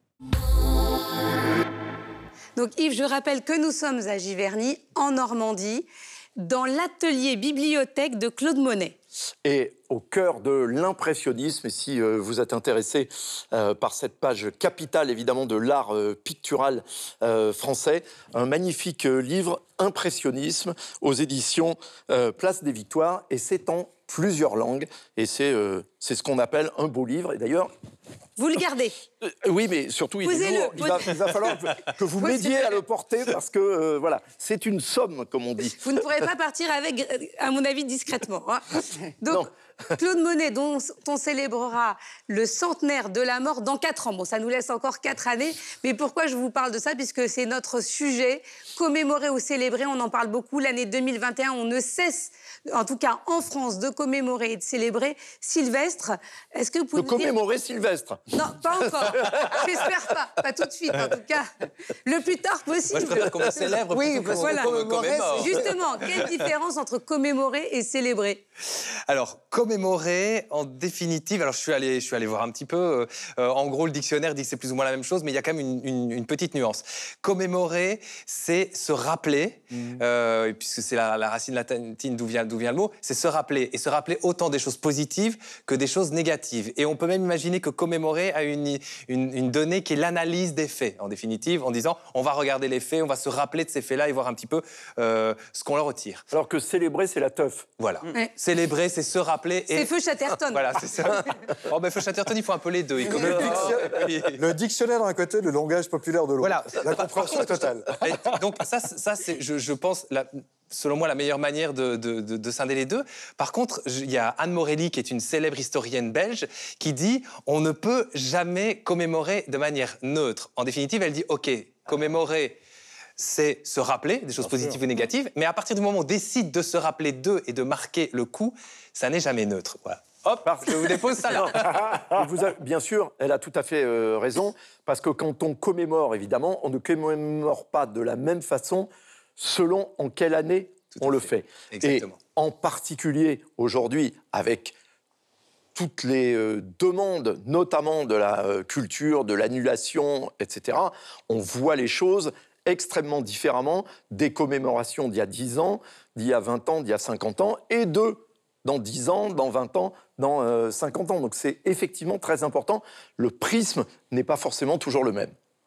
Donc Yves, je rappelle que nous sommes à Giverny, en Normandie, dans l'atelier bibliothèque de Claude Monet. Et au cœur de l'impressionnisme, et si euh, vous êtes intéressé euh, par cette page capitale, évidemment, de l'art euh, pictural euh, français, un magnifique euh, livre, Impressionnisme, aux éditions euh, Place des Victoires, et c'est en plusieurs langues, et c'est euh, c'est ce qu'on appelle un beau livre, et d'ailleurs... Vous le gardez. Euh, oui, mais surtout, il est lourd. Il va, il va falloir que vous m'aidiez à le porter parce que, euh, voilà, c'est une somme, comme on dit. Vous ne pourrez pas partir avec, à mon avis, discrètement. Hein. Donc, non. Claude Monet, dont on célébrera le centenaire de la mort dans quatre ans. Bon, ça nous laisse encore quatre années. Mais pourquoi je vous parle de ça? Puisque c'est notre sujet, commémorer ou célébrer. On en parle beaucoup. L'année deux mille vingt et un, on ne cesse, en tout cas en France, de commémorer et de célébrer Sylvestre. Est-ce que vous pouvez de nous dire... commémorer Sylvestre? Non, pas encore. J'espère pas. Pas tout de suite, en tout cas. Le plus tard possible. Moi, je préfère qu'on célèbre oui, plutôt parce qu'on voilà. commémore. Justement, quelle différence entre commémorer et célébrer? Alors, commémorer, en définitive, alors je suis allé, je suis allé voir un petit peu, euh, en gros, le dictionnaire dit que c'est plus ou moins la même chose, mais il y a quand même une, une, une petite nuance. Commémorer, c'est se rappeler, mmh. euh, puisque c'est la, la racine latine d'où vient, d'où vient le mot, c'est se rappeler, et se rappeler autant des choses positives que des choses négatives. Et on peut même imaginer que commémorer a une, une, une donnée qui est l'analyse des faits, en définitive, en disant, on va regarder les faits, on va se rappeler de ces faits-là et voir un petit peu euh, ce qu'on leur retire. Alors que célébrer, c'est la teuf. Voilà. Mmh. Célébrer, c'est se rappeler. Et... C'est Feu Chatterton. Voilà, c'est ça. Oh, ben, Feu Chatterton, il faut un peu les deux. Il le, dictionnaire, le dictionnaire d'un côté, le langage populaire de l'autre. Voilà. La compréhension est totale. Et donc, ça, ça c'est, je, je pense, la, selon moi, la meilleure manière de, de, de, de scinder les deux. Par contre, il y a Anne Morelli, qui est une célèbre historienne belge, qui dit « on ne peut jamais commémorer de manière neutre ». En définitive, elle dit « ok, commémorer ». C'est se rappeler des choses Bien positives sûr. Ou négatives, mais à partir du moment où on décide de se rappeler d'eux et de marquer le coup, ça n'est jamais neutre. Voilà. Hop, je vous dépose ça là. Vous avez, bien sûr, elle a tout à fait euh, raison, parce que quand on commémore, évidemment, on ne commémore pas de la même façon selon en quelle année tout on le fait. fait. Exactement. Et en particulier aujourd'hui, avec toutes les euh, demandes, notamment de la euh, culture, de l'annulation, et cetera, on voit les choses extrêmement différemment des commémorations d'il y a dix ans, d'il y a vingt ans, d'il y a cinquante ans, et de dans dix ans, dans vingt ans, dans euh, cinquante ans. Donc c'est effectivement très important. Le prisme n'est pas forcément toujours le même.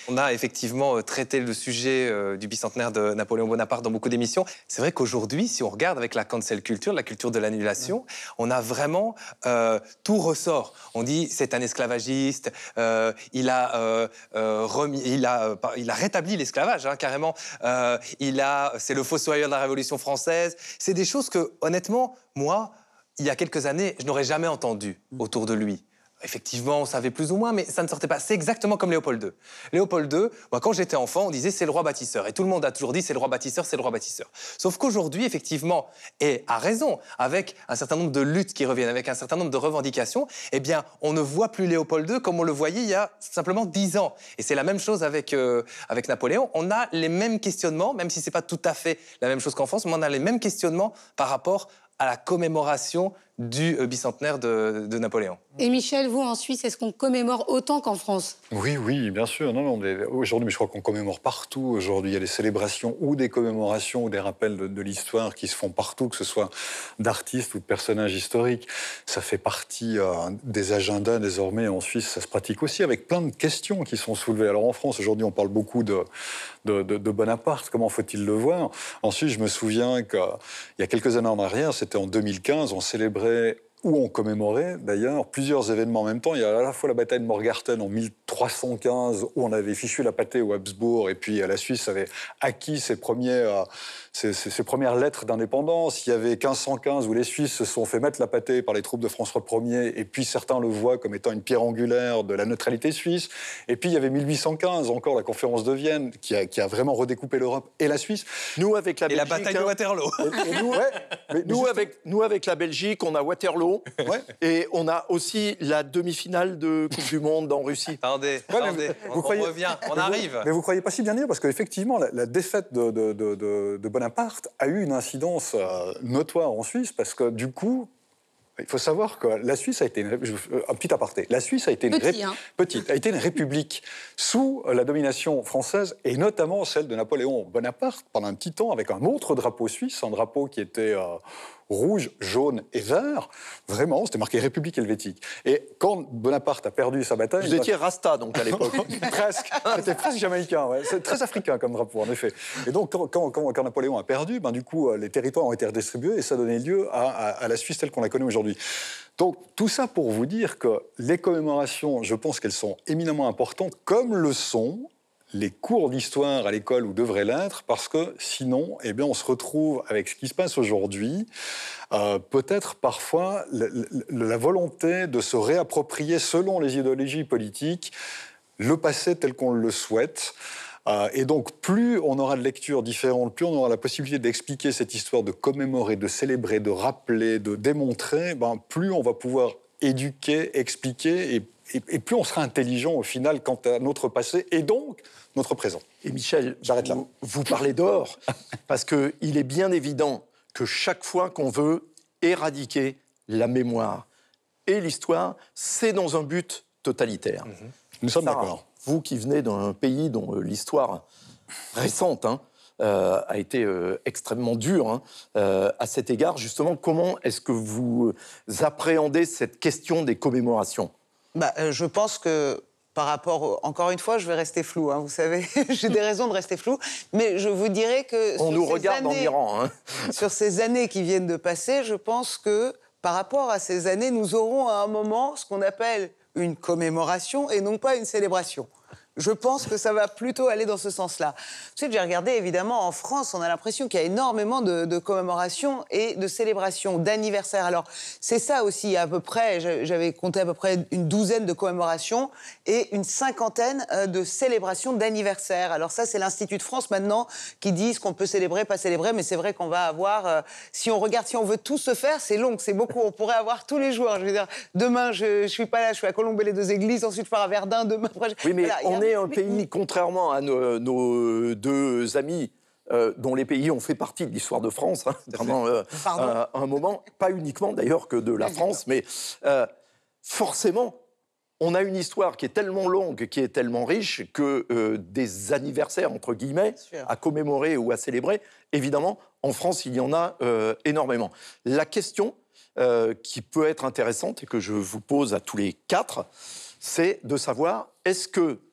On a effectivement traité le sujet euh, du bicentenaire de Napoléon Bonaparte dans beaucoup d'émissions. C'est vrai qu'aujourd'hui, si on regarde avec la cancel culture, la culture de l'annulation, on a vraiment euh, tout ressort. On dit c'est un esclavagiste, euh, il, a, euh, euh, remis, il, a, euh, il a rétabli l'esclavage, hein, carrément. Euh, il a, c'est le fossoyeur de la Révolution française. C'est des choses que, honnêtement, moi, il y a quelques années, je n'aurais jamais entendu autour de lui. Effectivement, on savait plus ou moins, mais ça ne sortait pas. C'est exactement comme Léopold deux. Léopold deux, moi, quand j'étais enfant, on disait c'est le roi bâtisseur. Et tout le monde a toujours dit c'est le roi bâtisseur, c'est le roi bâtisseur. Sauf qu'aujourd'hui, effectivement, et à raison, avec un certain nombre de luttes qui reviennent, avec un certain nombre de revendications, eh bien, on ne voit plus Léopold deux comme on le voyait il y a simplement dix ans. Et c'est la même chose avec, euh, avec Napoléon. On a les mêmes questionnements, même si ce n'est pas tout à fait la même chose qu'en France, mais on a les mêmes questionnements par rapport à la commémoration du euh, bicentenaire de, de Napoléon. Et Michel, vous, en Suisse, est-ce qu'on commémore autant qu'en France? Oui, oui, bien sûr. Non, non, aujourd'hui, mais je crois qu'on commémore partout. Aujourd'hui, il y a des célébrations ou des commémorations ou des rappels de, de l'histoire qui se font partout, que ce soit d'artistes ou de personnages historiques. Ça fait partie euh, des agendas désormais en Suisse. Ça se pratique aussi avec plein de questions qui sont soulevées. Alors en France, aujourd'hui, on parle beaucoup de, de, de, de Bonaparte. Comment faut-il le voir? Ensuite, je me souviens qu'il y a quelques années en arrière, c'était en deux mille quinze, on célébrait où on commémorait d'ailleurs plusieurs événements en même temps. Il y a à la fois la bataille de Morgarten en mille trois cent quinze, où on avait fichu la pâtée aux Habsbourg, et puis la Suisse avait acquis ses, premiers, euh, ses, ses, ses premières lettres d'indépendance. Il y avait quinze cent quinze, où les Suisses se sont fait mettre la pâtée par les troupes de François Ier, et puis certains le voient comme étant une pierre angulaire de la neutralité suisse. Et puis il y avait mille huit cent quinze, encore la conférence de Vienne, qui a, qui a vraiment redécoupé l'Europe et la Suisse. Nous, avec la et Belgique... la bataille de Waterloo. Et, et nous, ouais, mais nous, avec, nous, avec la Belgique, on a Waterloo. Ouais. Et on a aussi la demi-finale de Coupe du Monde en Russie. Attendez, ouais, attendez. Vous, vous on, croyez, on revient, on mais arrive. Vous, mais vous ne croyez pas si bien dire, parce qu'effectivement, la, la défaite de, de, de, de, de Bonaparte a eu une incidence euh, notoire en Suisse, parce que du coup, il faut savoir que la Suisse a été, une, un petit aparté, la Suisse a été une, Petit, ré, hein. petite, a été une république sous la domination française, et notamment celle de Napoléon Bonaparte, pendant un petit temps, avec un autre drapeau suisse, un drapeau qui était... Euh, rouge, jaune et vert, vraiment, c'était marqué République helvétique. Et quand Bonaparte a perdu sa bataille... Vous étiez Rasta, donc, à l'époque. Presque. C'était presque jamaïcain, ouais. C'est très africain comme drapeau, en effet. Et donc, quand, quand, quand Napoléon a perdu, ben, du coup, les territoires ont été redistribués et ça donnait lieu à, à, à la Suisse telle qu'on la connaît aujourd'hui. Donc, tout ça pour vous dire que les commémorations, je pense qu'elles sont éminemment importantes, comme le sont les cours d'histoire à l'école où devraient l'être, parce que sinon, eh bien, on se retrouve avec ce qui se passe aujourd'hui, euh, peut-être parfois la, la, la volonté de se réapproprier, selon les idéologies politiques, le passé tel qu'on le souhaite. Euh, et donc, plus on aura de lectures différentes, plus on aura la possibilité d'expliquer cette histoire, de commémorer, de célébrer, de rappeler, de démontrer, ben, plus on va pouvoir éduquer, expliquer, et, et, et plus on sera intelligent au final quant à notre passé, et donc notre présent. Et Michel, j'arrête là. Vous, vous parlez d'or, parce qu'il est bien évident que chaque fois qu'on veut éradiquer la mémoire et l'histoire, c'est dans un but totalitaire. Mmh. Nous sommes Sarah, d'accord. Vous qui venez d'un pays dont euh, l'histoire récente hein, euh, a été euh, extrêmement dure hein, euh, à cet égard, justement, comment est-ce que vous appréhendez cette question des commémorations? bah, euh, Je pense que par rapport, encore une fois, je vais rester flou, hein, vous savez, j'ai des raisons de rester flou, mais je vous dirais que... On nous regarde années, en Iran. Hein. Sur ces années qui viennent de passer, je pense que par rapport à ces années, nous aurons à un moment ce qu'on appelle une commémoration et non pas une célébration. Je pense que ça va plutôt aller dans ce sens-là. Ensuite, j'ai regardé, évidemment, en France, on a l'impression qu'il y a énormément de, de commémorations et de célébrations, d'anniversaires. Alors, c'est ça aussi, à peu près, j'avais compté à peu près une douzaine de commémorations et une cinquantaine de célébrations d'anniversaires. Alors ça, c'est l'Institut de France, maintenant, qui dit ce qu'on peut célébrer, pas célébrer, mais c'est vrai qu'on va avoir... Euh, si on regarde, si on veut tout se faire, c'est long, c'est beaucoup. On pourrait avoir tous les jours. Je veux dire, demain, je ne suis pas là, je suis à Colombey-les-Deux-Églises, ensuite je pars à Verdun, demain... Après, je... Oui, mais voilà, on a... est un pays, contrairement à nos, nos deux amis, euh, dont les pays ont fait partie de l'histoire de France, hein, vraiment euh, euh, un moment, pas uniquement d'ailleurs que de la France, mais euh, forcément, on a une histoire qui est tellement longue, qui est tellement riche, que euh, des anniversaires, entre guillemets, à commémorer ou à célébrer, évidemment, en France, il y en a euh, énormément. La question euh, qui peut être intéressante et que je vous pose à tous les quatre, c'est de savoir, est-ce que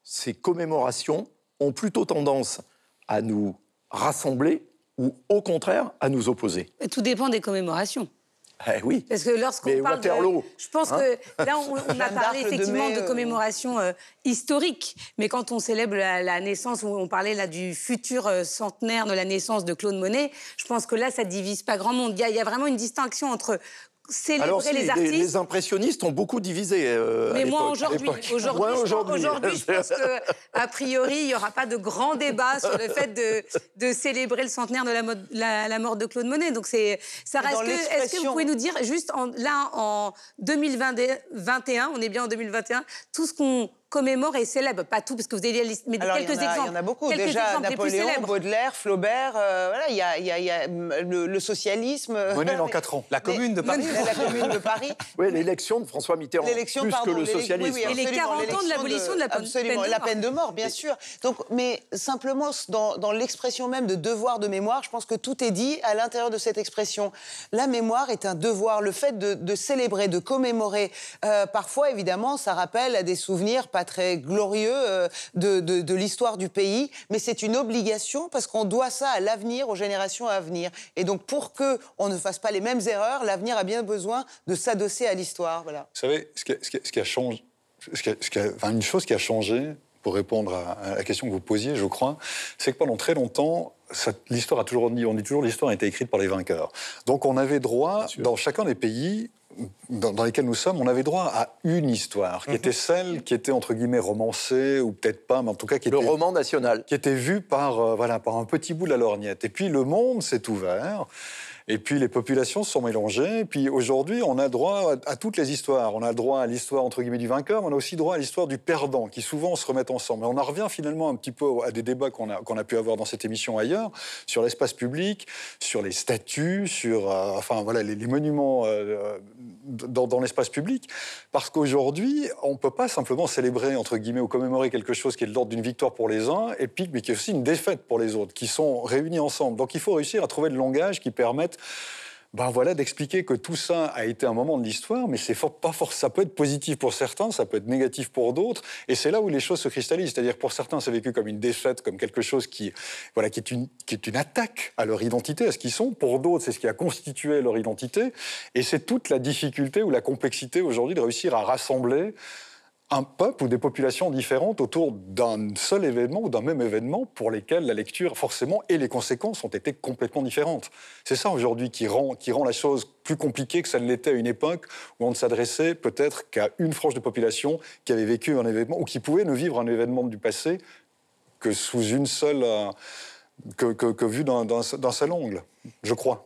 ces commémorations ont plutôt tendance à nous rassembler ou au contraire à nous opposer? Tout dépend des commémorations. Eh oui. Parce que lorsqu'on Mais parle Waterloo, de... Je pense hein que là, on, on a parlé d'Arc de effectivement mai, de euh, commémorations euh, historiques. Mais quand on célèbre la, la naissance, où on parlait là du futur euh, centenaire de la naissance de Claude Monet, je pense que là, ça divise pas grand monde. Il y a, il y a vraiment une distinction entre célébrer Alors si, les artistes... les, les impressionnistes ont beaucoup divisé euh, à Mais moi, l'époque- à aujourd'hui, l'époque. aujourd'hui, Ouais, je pense- aujourd'hui. aujourd'hui, je pense que a priori, il n'y aura pas de grand débat sur le fait de, de célébrer le centenaire de la, mode- la- la mort de Claude Monet. Donc, c'est, ça Mais dans reste. que- Est-ce que vous l'expression- pouvez nous dire, juste en- là, en deux mille vingt et un, on est bien en deux mille vingt et un, tout ce qu'on commémore et célèbre, pas tout, parce que vous avez la liste, mais Alors, quelques il y en a, exemples. Il y en a beaucoup. Quelques Déjà, exemples les plus Napoléon, célèbres. Baudelaire, Flaubert, euh, voilà, il y a, il y a- il y a, hum, le, le socialisme. Monet dans Mais- quatre ans. La commune de Paris. La, la commune de Paris. Oui, l'élection de François Mitterrand, L'élection, plus pardon, que le l'élec- socialisme. oui, oui, Et les absolument, quarante ans de l'élection l'abolition de la peine- absolument, peine de la mort. peine de mort, bien sûr. Donc, mais simplement, dans, dans l'expression même de devoir de mémoire, je pense que tout est dit à l'intérieur de cette expression. La mémoire est un devoir. Le fait de, de célébrer, de commémorer, euh, parfois, évidemment, ça rappelle à des souvenirs pas très glorieux euh, de, de, de l'histoire du pays, mais c'est une obligation parce qu'on doit ça à l'avenir, aux générations à venir. Et donc, pour qu'on ne fasse pas les mêmes erreurs, l'avenir a bien besoin de s'adosser à l'histoire. Voilà. Vous savez, ce qui a, ce qui a- ce qui a changé, ce qui a- ce qui a- enfin, une chose qui a changé, pour répondre à, à la question que vous posiez, je crois, c'est que pendant très longtemps, ça- l'histoire a toujours dit, on dit toujours l'histoire a été écrite par les vainqueurs. Donc on avait droit, dans chacun des pays dans, dans lesquels nous sommes, on avait droit à une histoire, qui était celle qui était entre guillemets romancée, ou peut-être pas, mais en tout cas qui Le était, roman national. qui était vue par, euh, voilà, par un petit bout de la lorgnette. Et puis le monde s'est ouvert. Et puis les populations se sont mélangées. Et puis aujourd'hui, on a droit à, à toutes les histoires. On a droit à l'histoire entre guillemets du vainqueur, mais on a aussi droit à l'histoire du perdant, qui souvent se remettent ensemble. Et on en revient finalement un petit peu à des débats qu'on a, qu'on a pu avoir dans cette émission ailleurs, sur l'espace public, sur les statues, sur euh, enfin voilà les, les monuments euh, dans, dans l'espace public. Parce qu'aujourd'hui, on ne peut pas simplement célébrer entre guillemets ou commémorer quelque chose qui est de l'ordre d'une victoire pour les uns, et puis mais qui est aussi une défaite pour les autres, qui sont réunis ensemble. Donc il faut réussir à trouver le langage qui permette ben voilà, d'expliquer que tout ça a été un moment de l'histoire, mais c'est for- pas for- ça peut être positif pour certains, ça peut être négatif pour d'autres, et c'est là où les choses se cristallisent. C'est-à-dire que pour certains, c'est vécu comme une défaite, comme quelque chose qui, voilà, qui, est une, qui est une attaque à leur identité, à ce qu'ils sont. Pour d'autres, c'est ce qui a constitué leur identité, et c'est toute la difficulté ou la complexité aujourd'hui de réussir à rassembler un peuple ou des populations différentes autour d'un seul événement ou d'un même événement pour lesquels la lecture, forcément, et les conséquences ont été complètement différentes. C'est ça, aujourd'hui, qui rend, qui rend la chose plus compliquée que ça ne l'était à une époque où on ne s'adressait peut-être qu'à une frange de population qui avait vécu un événement ou qui pouvait ne vivre un événement du passé que sous une seule... euh, que, que, que vu d'un, d'un, d'un seul angle, je crois.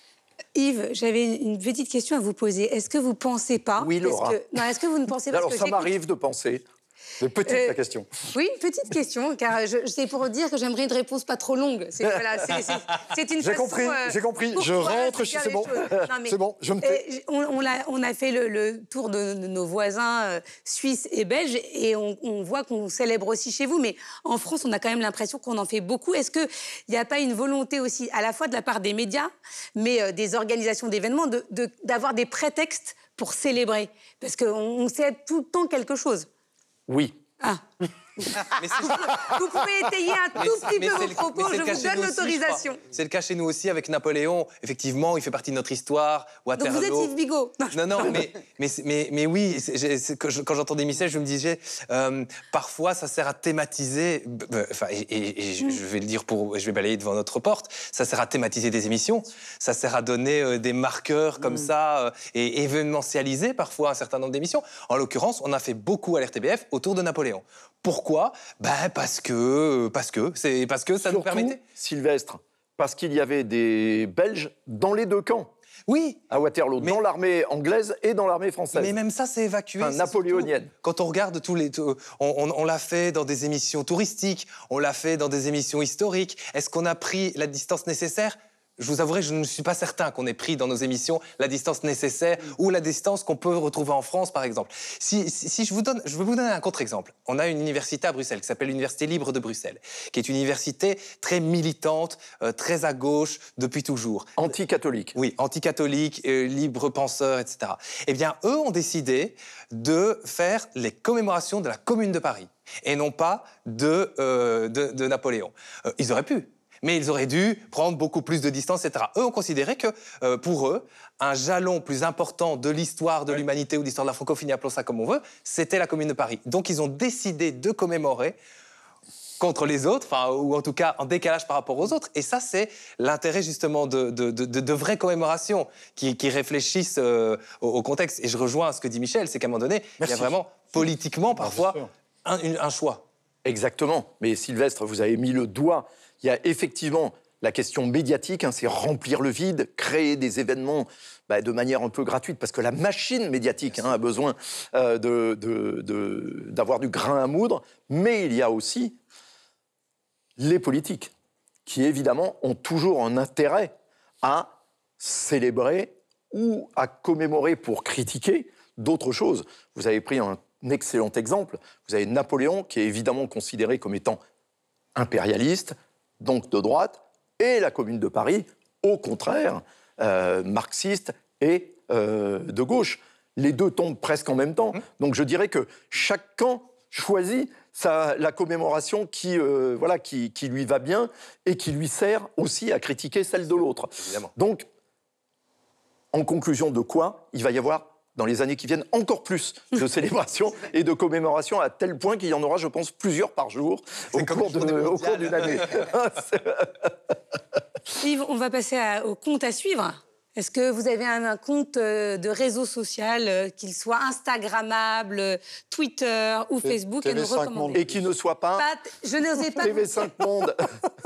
Yves, j'avais une petite question à vous poser. Est-ce que vous pensez pas... Oui, Laura. Est-ce que... Non, est-ce que vous ne pensez pas... Alors parce que ça j'écoute- m'arrive de penser. C'est petite, Euh, la question. Oui, une petite question, car je, c'est pour dire que j'aimerais une réponse pas trop longue. C'est, voilà, c'est, c'est, c'est une J'ai façon, compris, euh, j'ai compris. pour Je pouvoir rentre, se je- dire c'est les bon. choses. Non, mais, C'est bon, je me tais. euh, on, on a, on a fait le, le tour de, de nos voisins euh, suisses et belges, et on, on voit qu'on célèbre aussi chez vous, mais en France, on a quand même l'impression qu'on en fait beaucoup. Est-ce qu'il n'y a pas une volonté aussi, à la fois de la part des médias, mais euh, des organisations d'événements, de, de, d'avoir des prétextes pour célébrer? Parce qu'on on célèbre tout le temps quelque chose. Oui. Ah. Mais c'est- Vous pouvez étayer un Mais tout c'est- petit mais peu c'est vos le- propos, mais c'est je le cas vous chez donne nous aussi, je l'autorisation. crois. C'est le cas chez nous aussi avec Napoléon. Effectivement, il fait partie de notre histoire. Donc Waterloo. vous êtes Yves Bigot. Non, non, mais, mais, mais, mais oui, c'est- j'ai- c'est que je- quand j'entendais Michel, je me disais, euh, parfois, ça sert à thématiser, euh, enfin, et, et- et je, je vais le dire pour, je vais balayer devant notre porte, ça sert à thématiser des émissions, ça sert à donner euh, des marqueurs comme ça, euh, et événementialiser parfois un certain nombre d'émissions. En l'occurrence, on a fait beaucoup à l'R T B F autour de Napoléon. Pourquoi? Ben, parce que, parce que, c'est parce que ça nous Surtout, permettait. Sylvestre, parce qu'il y avait des Belges dans les deux camps. Oui, À Waterloo, Mais- dans l'armée anglaise et dans l'armée française. mais même ça, c'est évacué. Enfin, c'est napoléonienne. surtout- Quand on regarde tous les... tout- On, on- on l'a fait dans des émissions touristiques, on l'a fait dans des émissions historiques. Est-ce qu'on a pris la distance nécessaire? je vous avouerai, je ne suis pas certain qu'on ait pris dans nos émissions la distance nécessaire ou la distance qu'on peut retrouver en France, par exemple. Si, si, si je vous donne, je vais vous donner un contre-exemple. On a une université à Bruxelles qui s'appelle l'Université libre de Bruxelles, qui est une université très militante, euh, très à gauche depuis toujours. Anti-catholique. Oui, anti-catholique, euh, libre penseur, et cetera. Eh bien, eux ont décidé de faire les commémorations de la Commune de Paris et non pas de, euh, de, de Napoléon. Euh, ils auraient pu. Mais ils auraient dû prendre beaucoup plus de distance, et cetera. Eux ont considéré que, euh, pour eux, un jalon plus important de l'histoire de ouais. l'humanité ou de l'histoire de la francophonie, appelons ça comme on veut, c'était la Commune de Paris. Donc ils ont décidé de commémorer contre les autres, enfin, ou en tout cas en décalage par rapport aux autres. Et ça, c'est l'intérêt justement de, de, de, de, de vraies commémorations qui, qui réfléchissent euh, au, au contexte. Et je rejoins ce que dit Michel, c'est qu'à un moment donné, Merci. il y a vraiment politiquement parfois un, une, un choix. Exactement. Mais Sylvestre, vous avez mis le doigt. Il y a effectivement la question médiatique, hein, c'est remplir le vide, créer des événements bah, de manière un peu gratuite, parce que la machine médiatique hein, a besoin euh, de, de, de, d'avoir du grain à moudre. Mais il y a aussi les politiques, qui évidemment ont toujours un intérêt à célébrer ou à commémorer pour critiquer d'autres choses. Vous avez pris un excellent exemple. Vous avez Napoléon, qui est évidemment considéré comme étant impérialiste, donc de droite, et la Commune de Paris, au contraire, euh, marxiste et euh, de gauche. Les deux tombent presque en même temps. Mmh. Donc je dirais que chaque camp choisit sa, la commémoration qui, euh, voilà, qui, qui lui va bien et qui lui sert aussi à critiquer celle de l'autre. Évidemment. Donc, en conclusion de quoi, il va y avoir dans les années qui viennent, encore plus de célébrations et de commémorations, à tel point qu'il y en aura, je pense, plusieurs par jour au cours, de, au cours d'une année. Yves, on va passer à, au compte à suivre. Est-ce que vous avez un, un compte de réseau social, euh, qu'il soit Instagrammable, Twitter ou Facebook, et, nous et qui ne soit pas, pas je n'osais pas T V cinq monde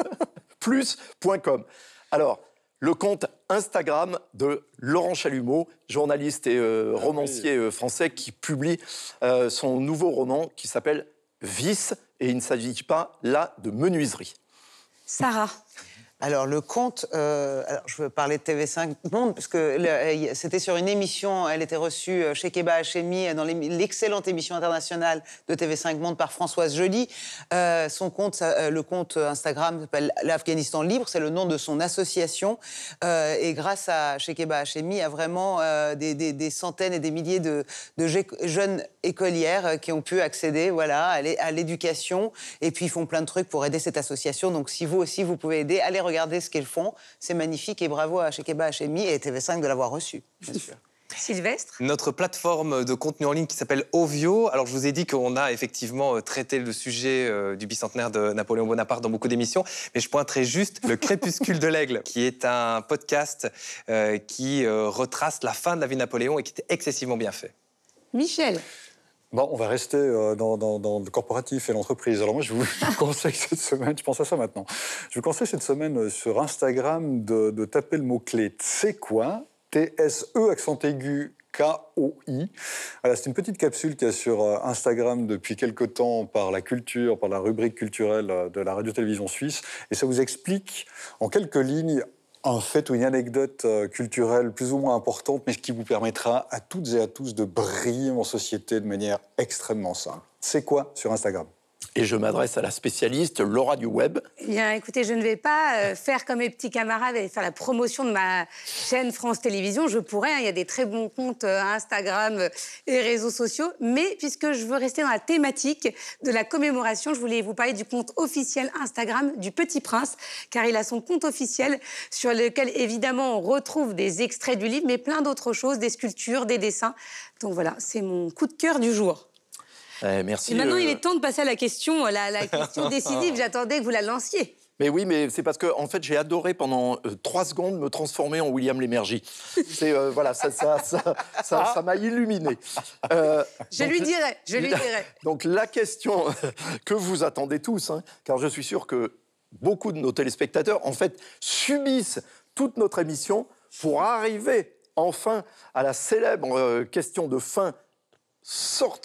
plus point com. Alors, le compte Instagram de Laurent Chalumeau, journaliste et euh, romancier euh, français qui publie euh, son nouveau roman qui s'appelle Vice, et il ne s'agit pas là de menuiserie. Sarah. Alors, le compte, euh, alors, je veux parler de T V cinq Monde, parce que le, c'était sur une émission, elle était reçue chez Keba Hachemi, dans l'excellente émission internationale de T V cinq Monde par Françoise Joly. Euh, son compte, le compte Instagram s'appelle l'Afghanistan Libre, c'est le nom de son association. Euh, et grâce à Keba Hachemi, il y a vraiment euh, des, des, des centaines et des milliers de, de jeunes écolières qui ont pu accéder voilà, à l'éducation. Et puis, ils font plein de trucs pour aider cette association. Donc, si vous aussi, vous pouvez aider, allez regardez ce qu'ils font, c'est magnifique et bravo à Keba Hachemi et T V cinq de l'avoir reçu, bien sûr. Sylvestre. Notre plateforme de contenu en ligne qui s'appelle Ovio. Alors, je vous ai dit qu'on a effectivement traité le sujet euh, du bicentenaire de Napoléon Bonaparte dans beaucoup d'émissions, mais je pointerai juste le Crépuscule de l'Aigle, qui est un podcast euh, qui euh, retrace la fin de la vie de Napoléon et qui était excessivement bien fait. Michel. Bon, on va rester dans, dans, dans le corporatif et l'entreprise. Alors moi, je vous conseille cette semaine, je pense à ça maintenant, je vous conseille cette semaine sur Instagram de, de taper le mot-clé « T'sais quoi ?» T S E accent aigu K O I. Voilà, c'est une petite capsule qu'il y a sur Instagram depuis quelques temps par la culture, par la rubrique culturelle de la radio-télévision suisse. Et ça vous explique en quelques lignes un fait ou une anecdote culturelle plus ou moins importante, mais qui vous permettra à toutes et à tous de briller en société de manière extrêmement simple. C'est quoi sur Instagram ? Et je m'adresse à la spécialiste Laura du web. Eh bien, écoutez, je ne vais pas euh, faire comme mes petits camarades et faire la promotion de ma chaîne France Télévisions. Je pourrais, hein, il y a des très bons comptes euh, Instagram et réseaux sociaux. Mais puisque je veux rester dans la thématique de la commémoration, je voulais vous parler du compte officiel Instagram du Petit Prince, car il a son compte officiel sur lequel, évidemment, on retrouve des extraits du livre, mais plein d'autres choses, des sculptures, des dessins. Donc voilà, c'est mon coup de cœur du jour. Eh, merci. Et maintenant, euh... il est temps de passer à la question, la, la question décisive. J'attendais que vous la lanciez. Mais oui, mais c'est parce que en fait, j'ai adoré pendant euh, trois secondes me transformer en William Lémergie. C'est euh, voilà, ça, ça, ça, ça, ça m'a illuminé. Euh, je donc, lui dirai, je lui dirai. Donc la question que vous attendez tous, hein, car je suis sûr que beaucoup de nos téléspectateurs, en fait, subissent toute notre émission pour arriver enfin à la célèbre euh, question de fin sortie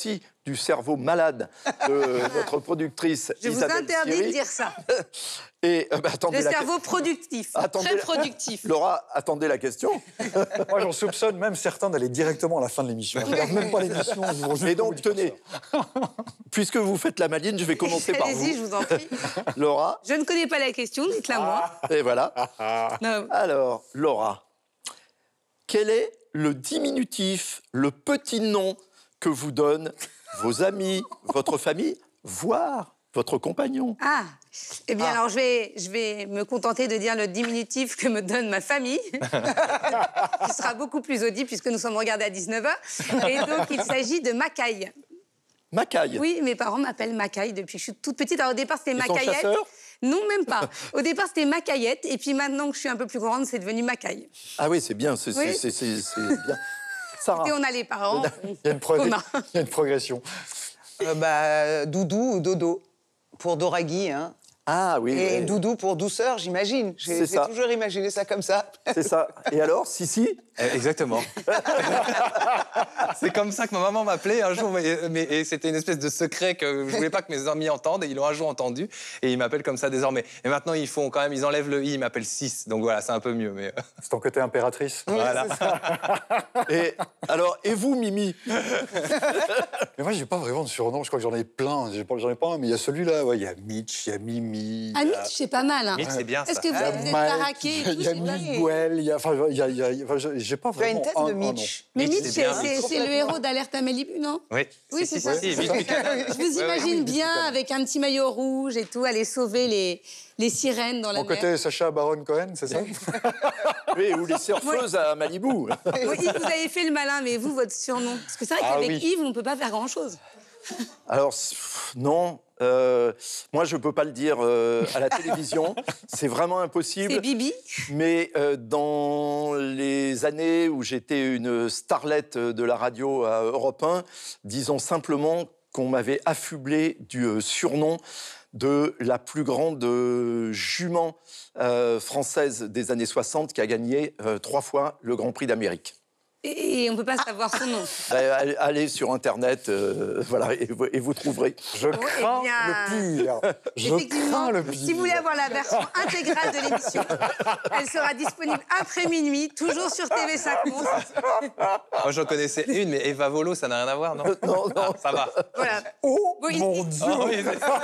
du cerveau malade de notre productrice Je vous Isabelle interdis Thierry. de dire ça. Et euh, bah, attendez Le la... cerveau productif. Attendez Très la- productif. Laura, attendez la question. Moi, j'en soupçonne même certains d'aller directement à la fin de l'émission. Ils regardent même pas l'émission. ils vont juste Et pour donc, vous dire tenez, puisque vous faites la maline, je vais commencer par Allez-y, je vous. vous en prie. Laura, Je ne connais pas la question, dites-la moi. et voilà. Non. Alors, Laura, quel est le diminutif, le petit nom que vous donnent vos amis, votre famille, voire votre compagnon? Ah, eh bien Ah. alors je vais, je vais me contenter de dire le diminutif que me donne ma famille, qui sera beaucoup plus audible puisque nous sommes regardés à dix-neuf heures. Et donc il s'agit de Macaille. Macaille. Oui, mes parents m'appellent Macaille depuis que je suis toute petite. Alors au départ c'était Ils sont Macaillette. chasseurs? Non, même pas. Au départ c'était Macaillette et puis maintenant que je suis un peu plus grande, c'est devenu Macaille. Ah oui, c'est bien, c'est Oui. c'est- c'est- c'est bien. Sarah, Et on a les parents. Il y a une, progr- On a. il y a une progression. Euh, bah, Doudou ou Dodo, pour Doraghi. Hein. ah oui, Et oui. Doudou pour douceur, j'imagine. C'est J'ai j'ai ça. toujours imaginé ça comme ça. c'est ça. Et alors, Sissi? Euh, Exactement. C'est comme ça que ma maman m'appelait un jour, mais, mais- et c'était une espèce de secret que je voulais pas que mes amis entendent, et ils l'ont un jour entendu, et ils m'appellent comme ça désormais. Et maintenant, ils font quand même, ils enlèvent le i, ils m'appellent six, donc voilà, c'est un peu mieux. Mais euh, C'est ton côté impératrice. voilà. Et alors, et vous, Mimi? Mais moi, j'ai pas vraiment de surnom. Je crois que j'en ai plein. J'ai pas- J'en ai pas un, mais il y a celui-là. Ouais, il y a Mitch, il y a Mimi. Ah, il y a- Mitch, c'est pas mal. Hein. Mitch, c'est bien ça. Est-ce que vous, il y a vous êtes Mike, baraqué et tout, il y a c'est pas- Miguel, il y a... Enfin, il y a... il y a- enfin, je- j'ai pas Tu as vraiment une tête un, de un nom. Mitch. Mais Mitch, Mitch, c'est c'est bien. c'est- c'est le héros d'Alerte à Malibu, non? Oui, Oui, c'est ça. Si, si, Mitch Buchanan. Je vous Ouais, ouais, imagine oui, bien avec un petit maillot rouge et tout, aller sauver les, les sirènes dans la Mon mer. côté Sacha Baron Cohen, c'est ça? Oui, ou les surfeuses à Malibu. Oui, Yves, vous avez fait le malin, mais vous, votre surnom? Parce que c'est vrai Ah qu'avec oui. Yves, on ne peut pas faire grand-chose. Alors, c- pff, non. euh, moi, je ne peux pas le dire euh, à la télévision. C'est vraiment impossible. C'est Bibi. Mais euh, dans les années où j'étais une starlette de la radio à Europe un, disons simplement qu'on m'avait affublé du euh, surnom de la plus grande euh, jument euh, française des années soixante qui a gagné euh, trois fois le Grand Prix d'Amérique. Et, et on ne peut pas savoir son nom. Ben, allez- allez sur Internet, euh, voilà, et vous, et vous trouverez. Je Bon, crains eh bien, le pire. Je Effectivement, crains le pire. si vous voulez avoir la version intégrale de l'émission, elle sera disponible après minuit, toujours sur T V cinq Monde. Moi, j'en connaissais une, mais Eva Volo, ça n'a rien à voir, non? Non, non. Ah, ça va. Voilà. Oh Bon, il- mon il- Dieu! Ah oui,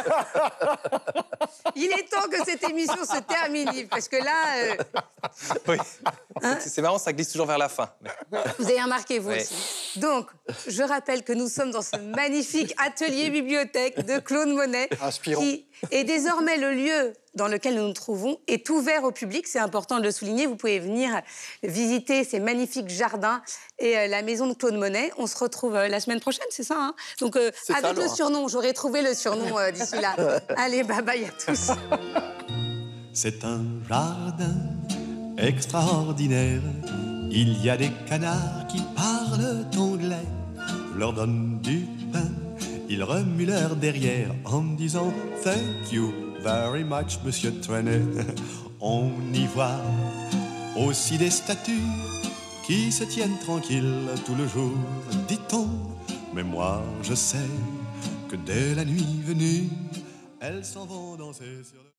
c'est- Il est temps que cette émission se termine, Yves, parce que là, euh, oui. C'est- C'est marrant, ça glisse toujours vers la fin. Mais- vous avez remarqué, vous Oui. aussi. Donc, je rappelle que nous sommes dans ce magnifique atelier bibliothèque de Claude Monet, Inspirant. qui est désormais le lieu dans lequel nous nous trouvons, est ouvert au public, c'est important de le souligner. Vous pouvez venir visiter ces magnifiques jardins et euh, la maison de Claude Monet. On se retrouve euh, la semaine prochaine, c'est ça, hein? Donc, euh, C'est ça, avec le Laura. surnom, j'aurais trouvé le surnom euh, d'ici là. Allez, bye bye à tous. C'est un jardin extraordinaire. Il y a des canards qui parlent anglais. Je leur donne du pain, ils remuent leur derrière en me disant Thank you very much, Monsieur Trenet. On y voit aussi des statues qui se tiennent tranquilles tout le jour, dit-on. Mais moi, je sais que dès la nuit venue, elles s'en vont danser sur le...